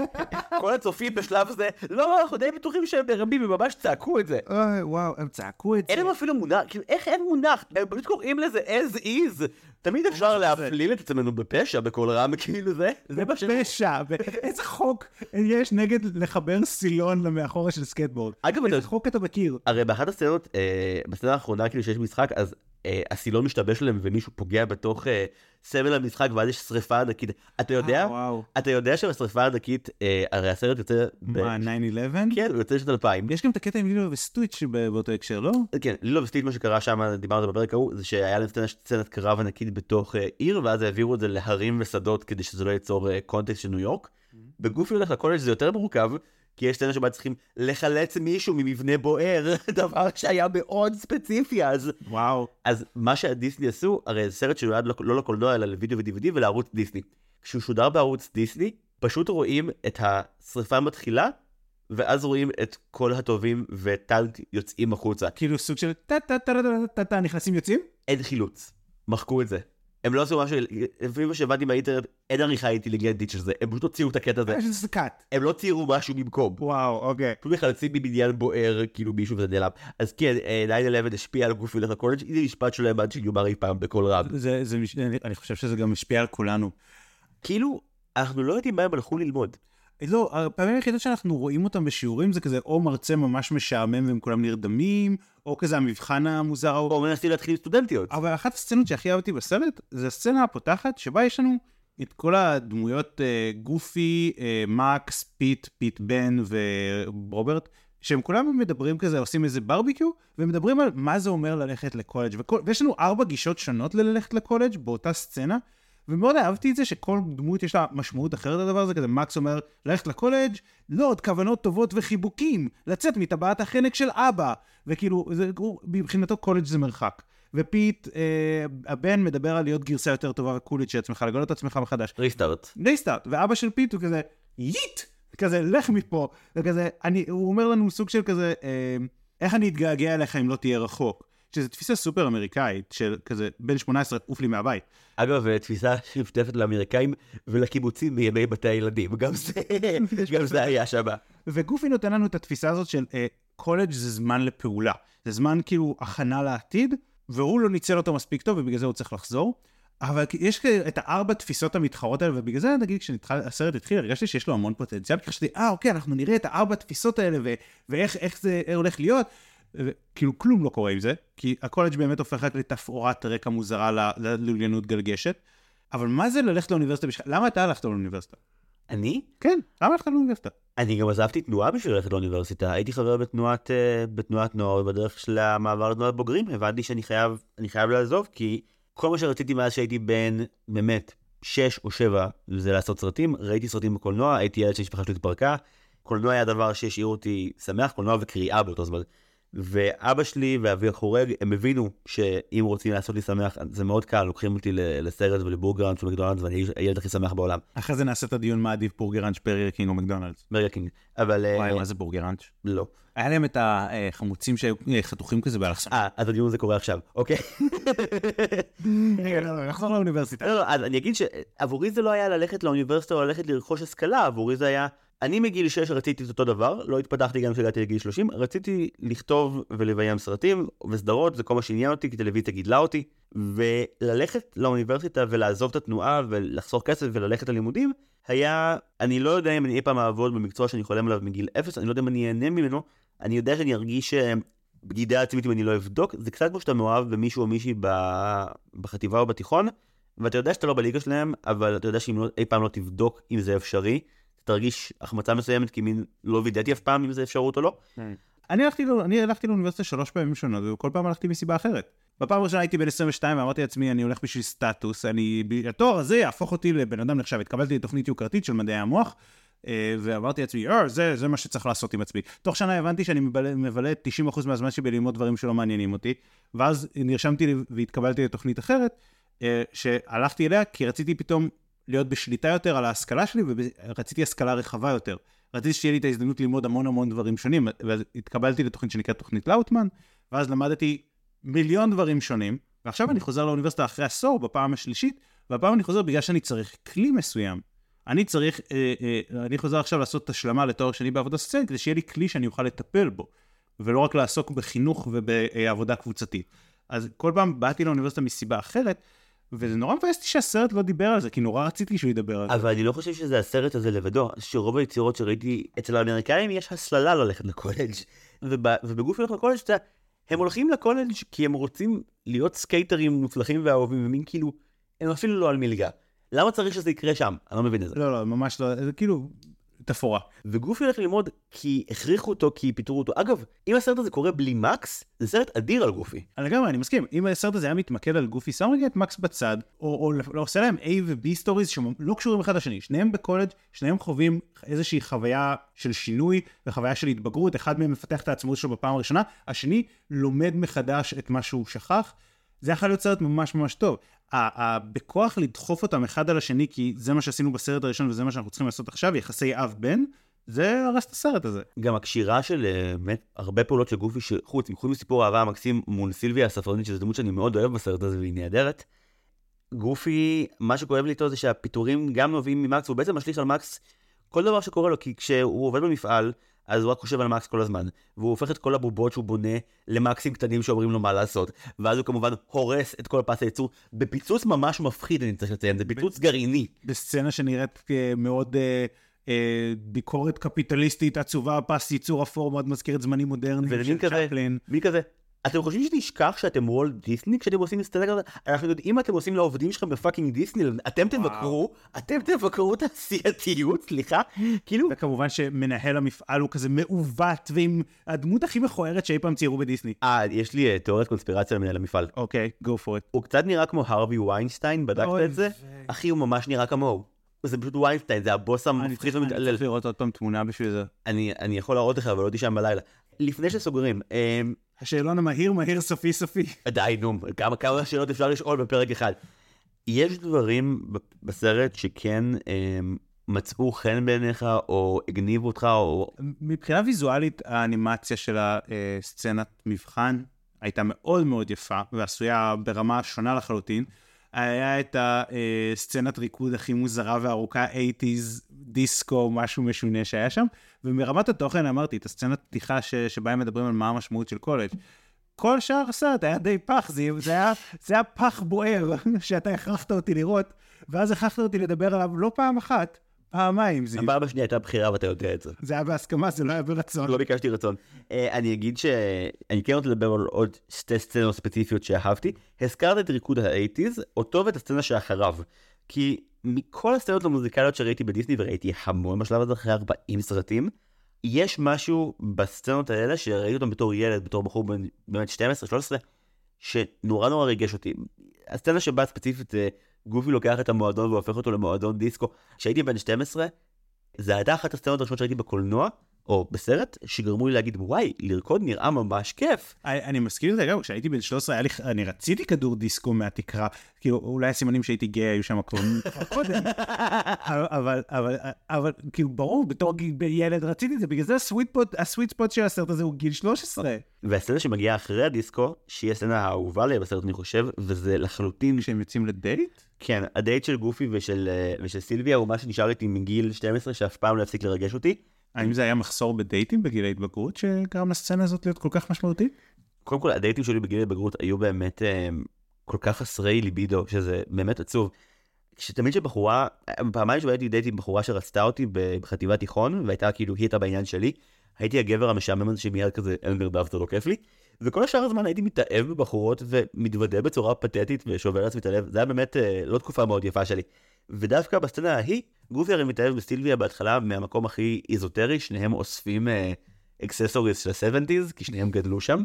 כל הצופים בשלב הזה, לא, אנחנו די בטוחים שהם מרמים, הם ממש צעקו את זה. וואו, הם צעקו את זה. אין להם אפילו מונח, כאילו, איך אין מונח? הם פשוט קוראים לזה as is. תמיד אפשר להפליל את עצמנו בפשע, בכל רם, כאילו זה. זה בפשע, איזה חוק יש נגד לחבר סילון למאחורה של סקייטבורד? אגב, איזה חוק אתה מכיר? הרי באחת הסצנות, בסצנה האחרונה, כאילו שיש משחק, אז הסילון משתבש להם ומישהו פוגע בתוך סמל המשחק, ואז יש שריפה ענקית. אתה יודע שבשריפה הענקית, הרי הסרט יוצא... מה, 9/11? כן, הוא יוצא שנת 2000. יש גם את הקטע עם לילו וסטוויץ' באותו הקשר, לא? כן, לילו וסטוויץ' מה שקרה שם, דיברנו בפרק ההוא, זה שהיה להם סצנת קרב ענקית בתוך עיר, ואז העבירו את זה להרים ושדות, כדי שזה לא ייצור קונטקסט של ניו יורק. בגופי הולך לקולג' זה יותר מורכב, כי יש סצנה שבה צריכים לחלץ מישהו ממבנה בוער, דבר שהיה מאוד ספציפי אז. וואו. אז מה שהדיסני עשו, הרי סרט שנולד לא לקולנוע, אלא לוידאו ו-DVD ולערוץ דיסני. כשהוא שודר בערוץ דיסני, פשוט רואים את השריפה מתחילה, ואז רואים את כל הטובים וטנק יוצאים החוצה. כאילו סוג של טה-טה-טה-טה-טה נכנסים יוצאים? אין חילוץ. מחקו את זה. הם לא עשו משהו, לפעמים שהבנתי מהאינטרנט, אין עריכה אינטליגנטית של זה, הם פשוט הוציאו את הקטע הזה. זה קאט. הם לא ציירו משהו במקום. וואו, אוקיי. פשוט מחלצים מבניין בוער, כאילו מישהו וזה נעלם. אז כן, 9/11 השפיע על גופי הולך לקולג', זה משפט שלהם עד שיומר אי פעם בכל רב. אני חושב שזה גם משפיע על כולנו. כאילו, אנחנו לא יודעים מה הם הלכו ללמוד. לא, הפעמים היחידות שאנחנו רואים אותם בשיעורים זה כזה או מרצה ממש משעמם והם כולם נרדמים, או כזה המבחן המוזר. או מנסים להתחיל סטודנטיות. אבל אחת הסצנות שהכי אהבתי בסרט, זה הסצנה הפותחת שבה יש לנו את כל הדמויות גופי, מקס, פיט בן ורוברט, שהם כולם מדברים כזה, עושים איזה ברביקיו, ומדברים על מה זה אומר ללכת לקולג' ויש לנו 4 גישות שונות ללכת לקולג' באותה סצנה, ומאוד אהבתי את זה שכל דמות יש לה משמעות אחרת לדבר הזה, כזה מקס אומר, ללכת לקולג' לא עוד כוונות טובות וחיבוקים, לצאת מטבעת החנק של אבא, וכאילו, מבחינתו קולג' זה מרחק. ופיט, הבן מדבר על להיות גרסה יותר טובה וקולית של עצמך, לגלות את עצמך מחדש. ריסטארט, ואבא של פיט הוא כזה, ייט! כזה, לך מפה. וכזה, הוא אומר לנו סוג של כזה, איך אני אתגעגע אליך אם לא תהיה רחוק? שזו תפיסה סופר אמריקאית, של כזה, בן 18, עוף לי מהבית. אגב, תפיסה שמשותפת לאמריקאים ולקיבוצים בימי בתי הילדים. גם זה היה שמה. וגופי נותן לנו את התפיסה הזאת של קולג' זה זמן לפעולה. זה זמן כאילו הכנה לעתיד, והוא לא ניצל אותו מספיק טוב, ובגלל זה הוא צריך לחזור. אבל יש את 4 תפיסות המתחרות האלה, ובגלל זה נגיד כשהסרט התחיל, הרגשתי שיש לו המון פוטנציאל, כי חשבתי, אוקיי, אנחנו נראה את 4 תפיסות האלה, ואיך זה הולך להיות. כאילו כלום לא קורה עם זה, כי הקולג' באמת הופך רק לתפאורת רקע מוזרה ללוליינות גלגשת. אבל מה זה ללכת לאוניברסיטה בשביל? למה אתה הלכת לאוניברסיטה? אני? כן, למה הלכת לאוניברסיטה? אני גם עזבתי תנועה בשביל ללכת לאוניברסיטה. הייתי חבר בתנועת נוער, ובדרך של המעבר לתנועת בוגרים, הבנתי שאני חייב לעזוב, כי כל מה שרציתי מאז שהייתי בן, באמת, 6 או 7, זה לעשות סרטים. ראיתי סרטים בקולנוע, הייתי ילד שהמשפחה שלי התפרקה. קולנוע היה דבר שהשאיר אותי שמח, קולנוע וקריאה באותו זמן. ואבא שלי ואבי החורג, הם הבינו שאם רוצים לעשות לי שמח, זה מאוד קל, לוקחים אותי לסרט ולבורגראנץ' ומקדונלדס, ואני הילד הכי שמח בעולם. אחרי זה נעשה את הדיון מה עדיף בורגראנץ', ברגר קינג או מקדונלדס. ברגר קינג. אבל... וואי, מה זה בורגראנץ'? לא. היה להם את החמוצים שהיו חתוכים כזה באלכסון. אז הדיון הזה קורה עכשיו, אוקיי? רגע, לא, נחזור לאוניברסיטה. לא, אז אני אגיד שעבורי זה לא היה ללכת לאוניברסיטה או ללכת לרכוש השכלה, עבורי זה היה... אני מגיל 6 רציתי את אותו דבר, לא התפתחתי גם כשהגעתי לגיל 30, רציתי לכתוב ולביים סרטים וסדרות, זה כל מה שעניין אותי, כי טלוויזיה גידלה אותי, וללכת לאוניברסיטה ולעזוב את התנועה ולחסוך כסף וללכת ללימודים, היה, אני לא יודע אם אני אי פעם אעבוד במקצוע שאני חולם עליו מגיל 0, אני לא יודע אם אני אהנה ממנו, אני יודע שאני ארגיש בגידה עצמית אם אני לא אבדוק, זה קצת כמו שאתה מאוהב במישהו או מישהי בחטיבה או בתיכון, ואתה יודע שאתה לא בליגה שלהם, אבל אתה יודע שאם אי פעם לא תבדוק אם זה אפשרי, תרגיש החמצה מסוימת, כי מין לא וידאתי אף פעם אם זה אפשרות או לא. אני הלכתי לאוניברסיטה 3 פעמים שונות, וכל פעם הלכתי מסיבה אחרת. בפעם הראשונה הייתי בן 22, ואמרתי לעצמי, אני הולך בשביל סטטוס, התואר הזה יהפוך אותי לבן אדם נחשב. התקבלתי לתוכנית יוקרתית של מדעי המוח, ואמרתי לעצמי, זה מה שצריך לעשות עם עצמי. תוך שנה הבנתי שאני מבלה 90% מהזמן שלי ללמוד דברים שלא מעניינים אותי, ואז נרשמתי והתקבלתי לתוכנית אחרת, שהלכתי אליה כי רציתי פתאום להיות בשליטה יותר על ההשכלה שלי, ורציתי השכלה רחבה יותר. רציתי שתהיה לי את ההזדמנות ללמוד המון דברים שונים, והתקבלתי לתוכנית שנקראת תוכנית לאוטמן, ואז למדתי מיליון דברים שונים, ועכשיו אני חוזר לאוניברסיטה אחרי עשור, בפעם השלישית, והפעם אני חוזר בגלל שאני צריך כלי מסוים. אני חוזר עכשיו לעשות השלמה לתואר שני בעבודה סוציאלית, כדי שיהיה לי כלי שאני אוכל לטפל בו, ולא רק לעסוק בחינוך ובעבודה קבוצתית. אז כל פעם באתי לאוניברסיטה מסיבה אחרת, וזה נורא מבאסתי שהסרט לא דיבר על זה, כי נורא רציתי שהוא ידבר על זה. אבל אני לא חושב שזה הסרט הזה לבדו, שרוב היצירות שראיתי אצל האמריקאים יש הסללה ללכת לקולג', ובגוף הולך לקולג' הם הולכים לקולג' כי הם רוצים להיות סקייטרים מוצלחים ואהובים, ומין כאילו, הם אפילו לא על מלגה. למה צריך שזה יקרה שם? אני לא מבין את זה. לא, ממש לא, זה כאילו תפורה. וגופי הולך ללמוד כי הכריחו אותו, כי פיתרו אותו. אגב, אם הסרט הזה קורה בלי מקס, זה סרט אדיר על גופי. לגמרי, אני מסכים. אם הסרט הזה היה מתמקד על גופי, שם רגע את מקס בצד, או עושה להם A ו-B סטוריז שלא קשורים אחד לשני. שניהם בקולג', שניהם חווים איזושהי חוויה של שינוי וחוויה של התבגרות. אחד מהם מפתח את העצמאות שלו בפעם הראשונה, השני לומד מחדש את מה שהוא שכח. זה יכול להיות סרט ממש טוב. בכוח לדחוף אותם אחד על השני, כי זה מה שעשינו בסרט הראשון וזה מה שאנחנו צריכים לעשות עכשיו, יחסי אב-בן, זה הרס את הסרט הזה. גם הקשירה של הרבה פעולות של גופי שחוץ, מחוץ מסיפור האהבה המקסים מול סילביה הספרנית, שזו דמות שאני מאוד אוהב בסרט הזה והיא נהדרת. גופי, מה שכואב לי איתו זה שהפיתורים גם נובעים ממקס, הוא בעצם משליך על מקס כל דבר שקורה לו, כי כשהוא עובד במפעל, אז הוא רק חושב על מקס כל הזמן, והוא הופך את כל הבובות שהוא בונה למקסים קטנים שאומרים לו מה לעשות, ואז הוא כמובן הורס את כל הפס הייצור, בפיצוץ ממש מפחיד, אני צריך לציין, זה פיצוץ גרעיני. בסצנה שנראית מאוד ביקורת קפיטליסטית, עצובה, פס ייצור אפור, מאוד מזכיר את זמנים מודרניים של צ'פלין. מי כזה? אתם חושבים שנשכח שאתם וולט דיסני כשאתם עושים סצנה כזה? אנחנו יודעים מה אתם עושים לעובדים שלכם בפאקינג דיסני, אתם תבקרו את העשייתיות, סליחה? כאילו... וכמובן שמנהל המפעל הוא כזה מעוות, ועם הדמות הכי מכוערת שאי פעם ציירו בדיסני. יש לי תיאוריית קונספירציה למנהל המפעל. אוקיי, go for it. הוא קצת נראה כמו הרווי ויינסטיין, בדקת את זה? אחי, הוא ממש נראה כמוהו. זה פשוט ויינסטיין, זה הבוס המפחיד ומתעלל. אני צריך לראות עוד פעם תמונה בשביל זה. אני יכול להראות לך, אבל לא תשם בלילה. לפני שסוגרים, השאלון המהיר, סופי. די, נו, כמה שאלות אפשר לשאול בפרק אחד. יש דברים בסרט שכן מצאו חן בעיניך, או הגניבו אותך, או... מבחינה ויזואלית, האנימציה של הסצנת מבחן הייתה מאוד יפה, ועשויה ברמה שונה לחלוטין. היה את הסצנת ריקוד הכי מוזרה וארוכה, 80s, דיסקו, משהו משונה שהיה שם, ומרמת התוכן אמרתי, את הסצנת פתיחה שבה הם מדברים על מה המשמעות של קולג'. כל שאר הסרט היה די פח, זה היה פח בוער, שאתה הכרחת אותי לראות, ואז הכרחת אותי לדבר עליו לא פעם אחת, פעמיים. הפעם השנייה הייתה בחירה ואתה יודע את זה. זה היה בהסכמה, זה לא היה ברצון. לא ביקשתי רצון. אני אגיד שאני כן רוצה לדבר על עוד שתי סצנות ספציפיות שאהבתי. הזכרת את ריקוד ה-80s, אותו ואת הסצנה שאחריו. כי מכל הסצנות המוזיקליות שראיתי בדיסני, וראיתי המון בשלב הזה אחרי 40 סרטים, יש משהו בסצנות האלה שראיתי אותם בתור ילד, בתור בחור באמת 12-13, שנורא ריגש אותי. הסצנה שבה ספציפית גופי לוקח את המועדון והופך אותו למועדון דיסקו. כשהייתי בן 12, זה הייתה אחת הסצנות הראשונות שראיתי בקולנוע, או בסרט, שגרמו לי להגיד, וואי, לרקוד נראה ממש כיף. אני מסכים לזה, אגב, כשהייתי בן 13, אני רציתי כדור דיסקו מהתקרה, כאילו, אולי הסימנים שהייתי גאה היו שם כבר קודם, אבל כאילו, ברור, בתור ילד רציתי את זה, בגלל זה הסוויט ספוט של הסרט הזה הוא גיל 13. והסצנה שמגיעה אחרי הדיסקו, שהיא הסצנה האהובה לי בסרט, אני חושב, וזה לחלוטין... כשהם יוצאים לדייט? כן, הדייט של גופי ושל סילביה הוא מה שנשאר איתי מגיל 12, שאף פעם לא הפסיק לרגש אותי. האם זה היה מחסור בדייטים בגיל ההתבגרות שגרם לסצנה הזאת להיות כל כך משמעותית? קודם כל, הדייטים שלי בגיל ההתבגרות היו באמת כל כך חסרי ליבידו, שזה באמת עצוב. שתמיד שבחורה, פעמיים שהייתי דייט עם בחורה שרצתה אותי בחטיבת תיכון, והייתה כאילו, היא הייתה בעניין שלי, הייתי הגבר המשעמם הזה שמיד כזה, אין נרדף, זה לא כיף לי. וכל השאר הזמן הייתי מתאהב בבחורות ומתוודה בצורה פתטית ושובר לעצמי את הלב. זה היה באמת לא תקופה מאוד יפה שלי. ודווקא בסצנה ההיא, גופי הרי מתאהב בסילביה בהתחלה מהמקום הכי איזוטרי, שניהם אוספים אקססוריז של ה-70s, כי שניהם גדלו שם.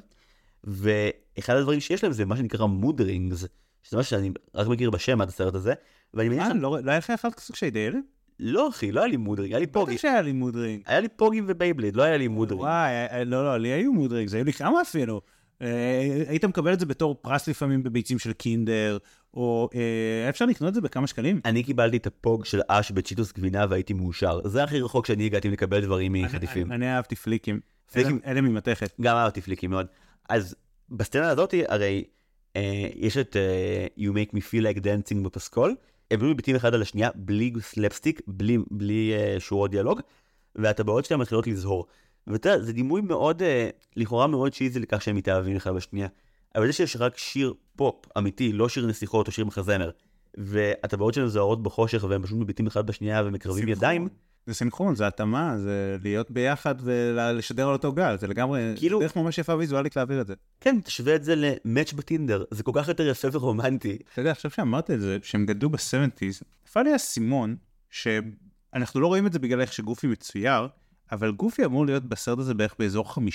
ואחד הדברים שיש להם זה מה שנקרא מוד רינגס, שזה מה שאני רק מכיר בשם עד הסרט הזה. לא היה לך אחד כזה כשהיית ילד? לא אחי, לא היה לי מוד רינג, היה לי פוגי. בטח שהיה לי מוד רינג. היה לי פוגים ובייבליד, לא היה לי מוד רינג. וואי, לא, לי היו מוד רינג, זה היו לי כמה אפילו. היית מקבל את זה בתור פרס לפעמים בביצים של קינדר, או אפשר לקנות את זה בכמה שקלים. אני קיבלתי את הפוג של אש בצ'יטוס גבינה והייתי מאושר. זה הכי רחוק שאני הגעתי לקבל דברים מחטיפים. אני אהבתי פליקים. אלה ממתכת. גם אהבתי פליקים מאוד. אז בסצנה הזאת הרי יש את You Make Me Feel Like Dancing בפסקול. הם היו מביטים אחד על השנייה בלי סלפסטיק, בלי שורות דיאלוג, והטבעות שלהם מתחילות לזהור. ואתה יודע, זה דימוי מאוד, לכאורה מאוד צ'יזי לכך שהם מתאהבים אחד בשנייה. אבל זה שיש רק שיר פופ אמיתי, לא שיר נסיכות או שיר מחזמר, והטבעות שלהם זוהרות בחושך, והם פשוט מביטים אחד בשנייה ומקרבים ידיים. זה סינכרון, זה התאמה, זה להיות ביחד ולשדר על אותו גל, זה לגמרי, כאילו, דרך ממש יפה ויזואלית להעביר את זה. כן, תשווה את זה למאץ' בטינדר, זה כל כך יותר יפה ורומנטי. אתה יודע, עכשיו שאמרת את זה, שהם גדלו ב-70s, נפל לי הסימון, שאנחנו לא רואים את זה בגלל איך שגופי מצויר, אבל גופי אמור להיות בסרט הזה בערך באזור 50-60.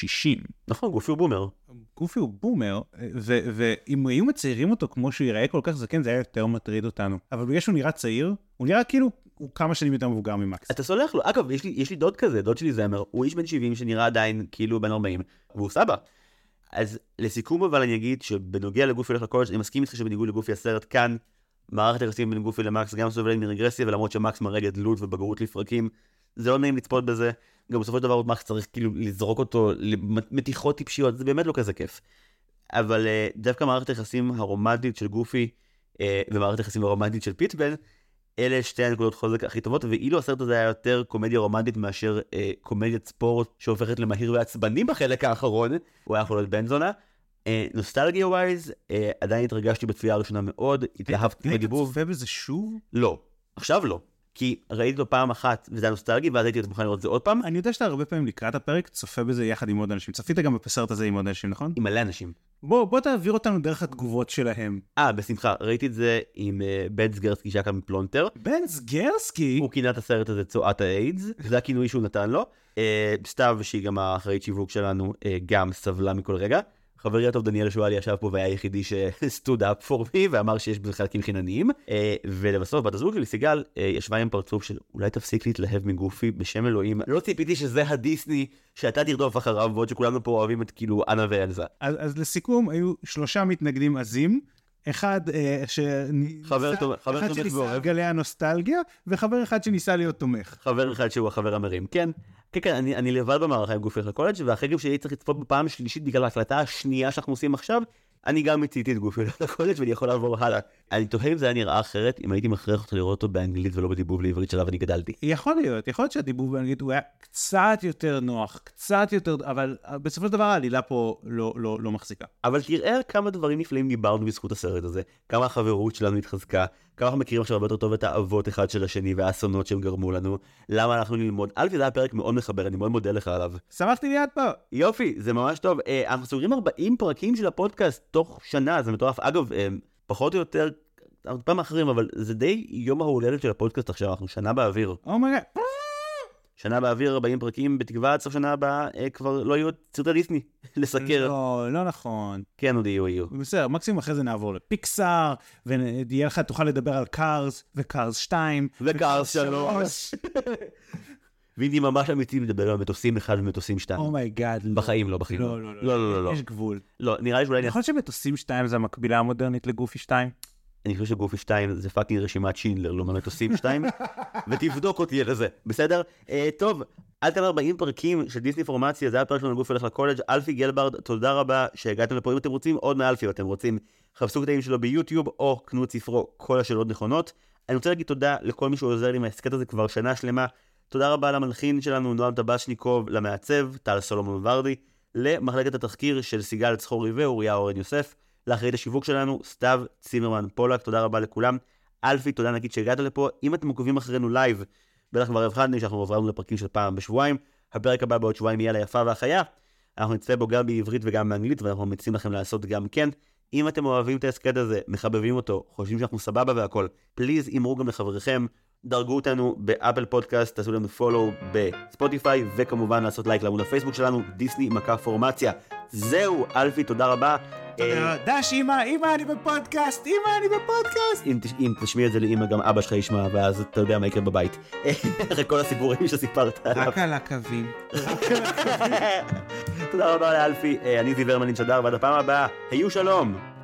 נכון, גופי הוא בומר. גופי הוא בומר, ואם היו מציירים אותו כמו שהוא ייראה כל כך זקן, זה היה יותר מטריד אותנו. אבל בגלל שהוא נראה צעיר, הוא נראה כאילו הוא כמה שנים יותר מבוגר ממקס. אתה סולח לו. אגב, יש לי דוד כזה, דוד שלי זמר, הוא איש בן 70 שנראה עדיין כאילו בן 40, והוא סבא. אז לסיכום אבל אני אגיד שבנוגע לגופי הולך לקולג' אני מסכים איתך שבניגוד לגופי הסרט כאן, מערכת היחסים בין גופי למקס גם סובלת מרגרסיה, ולמרות שמקס מראה גדלות ובגרות לפרקים, זה לא נעים לצפות בזה. גם בסופו של דבר מקס צריך כאילו לזרוק אותו למתיחות טיפשיות, זה באמת לא כזה כיף. אבל דווקא מערכת היחסים הרומנטית של גופי ומערכת היחסים הרומנטית של פיטבן, אלה שתי הנקודות חוזק הכי טובות, ואילו הסרט הזה היה יותר קומדיה רומנטית מאשר קומדיית ספורט שהופכת למהיר ועצבני בחלק האחרון, הוא היה יכול להיות בן זונה. נוסטלגיה ווייז, עדיין התרגשתי בצפייה הראשונה מאוד, התאהבתי בדיבוב. היית צופה בזה שוב? לא, עכשיו לא. כי ראיתי לו פעם אחת, וזה היה נוסטלגי, ואז הייתי מוכן לראות את זה עוד פעם. אני יודע שאתה הרבה פעמים לקראת הפרק, צופה בזה יחד עם עוד אנשים. צפית גם בסרט הזה עם עוד אנשים, נכון? עם מלא אנשים. בוא תעביר אותנו דרך התגובות שלהם. בשמחה. ראיתי את זה עם בן סגרסקי שהיה כאן מפלונטר. בן סגרסקי? הוא כינה את הסרט הזה צועת האיידס, זה הכינוי שהוא נתן לו. סתיו, שהיא גם האחראית שיווק שלנו, גם סבלה מכל רגע. חברי הטוב דניאל שואלי ישב פה והיה היחידי שסטוד אפ פור מי ואמר שיש בזה חלקים חינניים. ולבסוף בת הזוג שלי סיגל ישבה עם פרצוף של אולי תפסיק להתלהב מגופי בשם אלוהים. לא ציפיתי שזה הדיסני שאתה תרדוף אחריו ועוד שכולנו פה אוהבים את כאילו אנה ואלזה. אז לסיכום היו 3 מתנגדים עזים. אחד שניסה גלי הנוסטלגיה, וחבר אחד שניסה להיות תומך. חבר אחד שהוא החבר המרים, כן. כן, אני לבד במערכה עם גופי הולך לקולג' ואחרי גם שהייתי צריך לצפות בפעם השלישית בגלל ההקלטה השנייה שאנחנו עושים עכשיו, אני גם מציתי את גופי הולך לקולג' ואני יכול לעבור הלאה. אני תוהה אם זה היה נראה אחרת, אם הייתי מכריח אותך לראות אותו באנגלית ולא בדיבוב לעברית שלב אני גדלתי. יכול להיות שהדיבוב באנגלית הוא היה קצת יותר נוח, קצת יותר, אבל בסופו של דבר העלילה פה לא מחזיקה. אבל תראה כמה דברים נפלאים דיברנו בזכות הסרט הזה, כמה החברות שלנו התחזקה, כמה אנחנו מכירים עכשיו הרבה יותר טוב את האבות אחד של השני והאסונות שהם גרמו לנו, למה אנחנו ללמוד. אלפי, זה היה פרק מאוד מחבר, אני מאוד מודה לך עליו. שמחתי להיות פה. יופי, זה ממש טוב. אנחנו סוגרים 40 פרקים של הפודקאסט תוך שנה, זה מטורף. אגב, פחות או יותר, פעם אחרים, אבל זה די יום ההולדת של הפודקאסט עכשיו, אנחנו שנה באוויר. אומייגאד. שנה באוויר, 40 פרקים, בתקווה עד סוף שנה הבאה כבר לא יהיו סרטי דיסני לסקר. לא נכון. כן, עוד יהיו. בסדר, מקסימום אחרי זה נעבור לפיקסאר, ויהיה לך, תוכל לדבר על קארס, וקארס 2, וקארס 3. והייתי ממש אמיתי לדבר על מטוסים 1 ומטוסים 2. אומייגאד. בחיים לא, בחיים לא, לא. לא, לא, לא. יש גבול. לא, נראה לי שאולי... יכול להיות שמטוסים 2 זה המקבילה המודרנית לגופי 2? אני חושב שגופי 2 זה פאקינג רשימת שינדלר, לא מטוסים 2, ותבדוק אותי על זה, בסדר? טוב, עד כאן 40 פרקים של דיסני פורמציה, זה היה פרק שלנו גופי הולך לקולג'. אלפי גלברד, תודה רבה שהגעתם לפה. אם אתם רוצים עוד מאלפי, ואתם רוצים, חפשו קטעים שלו ביוטיוב, או קנו את ספרו כל השאלות נכונות. אני רוצה להגיד תודה לכל מי שעוזר לי מהעסקת הזה כבר שנה שלמה. תודה רבה למנחין שלנו, נועם טבשניקוב, למעצב, טל סולומון ורדי, למחלקת התחקיר של סיגל צחורי ואוריה אורן יוסף, לאחראית השיווק שלנו, סתיו צימרמן פולק. תודה רבה לכולם. אלפי, תודה נגיד שהגעת לפה. אם אתם עוקבים אחרינו לייב, בטח כבר הבחנתם שאנחנו עוברים לפרקים של פעם בשבועיים. הפרק הבא בעוד שבועיים יהיה ליפה והחיה. אנחנו נצפה בו גם בעברית וגם באנגלית, ואנחנו מציעים לכם לעשות גם כן. אם אתם אוהבים את ההסקט הזה, מחבבים אותו, חושבים שאנחנו סבבה והכל, פליז אמרו גם לחבריכם, דרגו אותנו באפל פודקאסט, תעשו לנו פולו בספוטיפיי, וכמובן לעשות לייק לעמוד הפייסבוק שלנו, דיסני מכה פורמציה. זהו, אלפי, תודה רבה. דש, אמא, אני בפודקאסט, אם תשמיע את זה לאמא, גם אבא שלך ישמע, ואז אתה יודע מה יקרה בבית. אחרי כל הסיפורים שסיפרת. רק על הקווים. תודה רבה לאלפי, אני זיוור מלין שדר, ועד הפעם הבאה, היו שלום.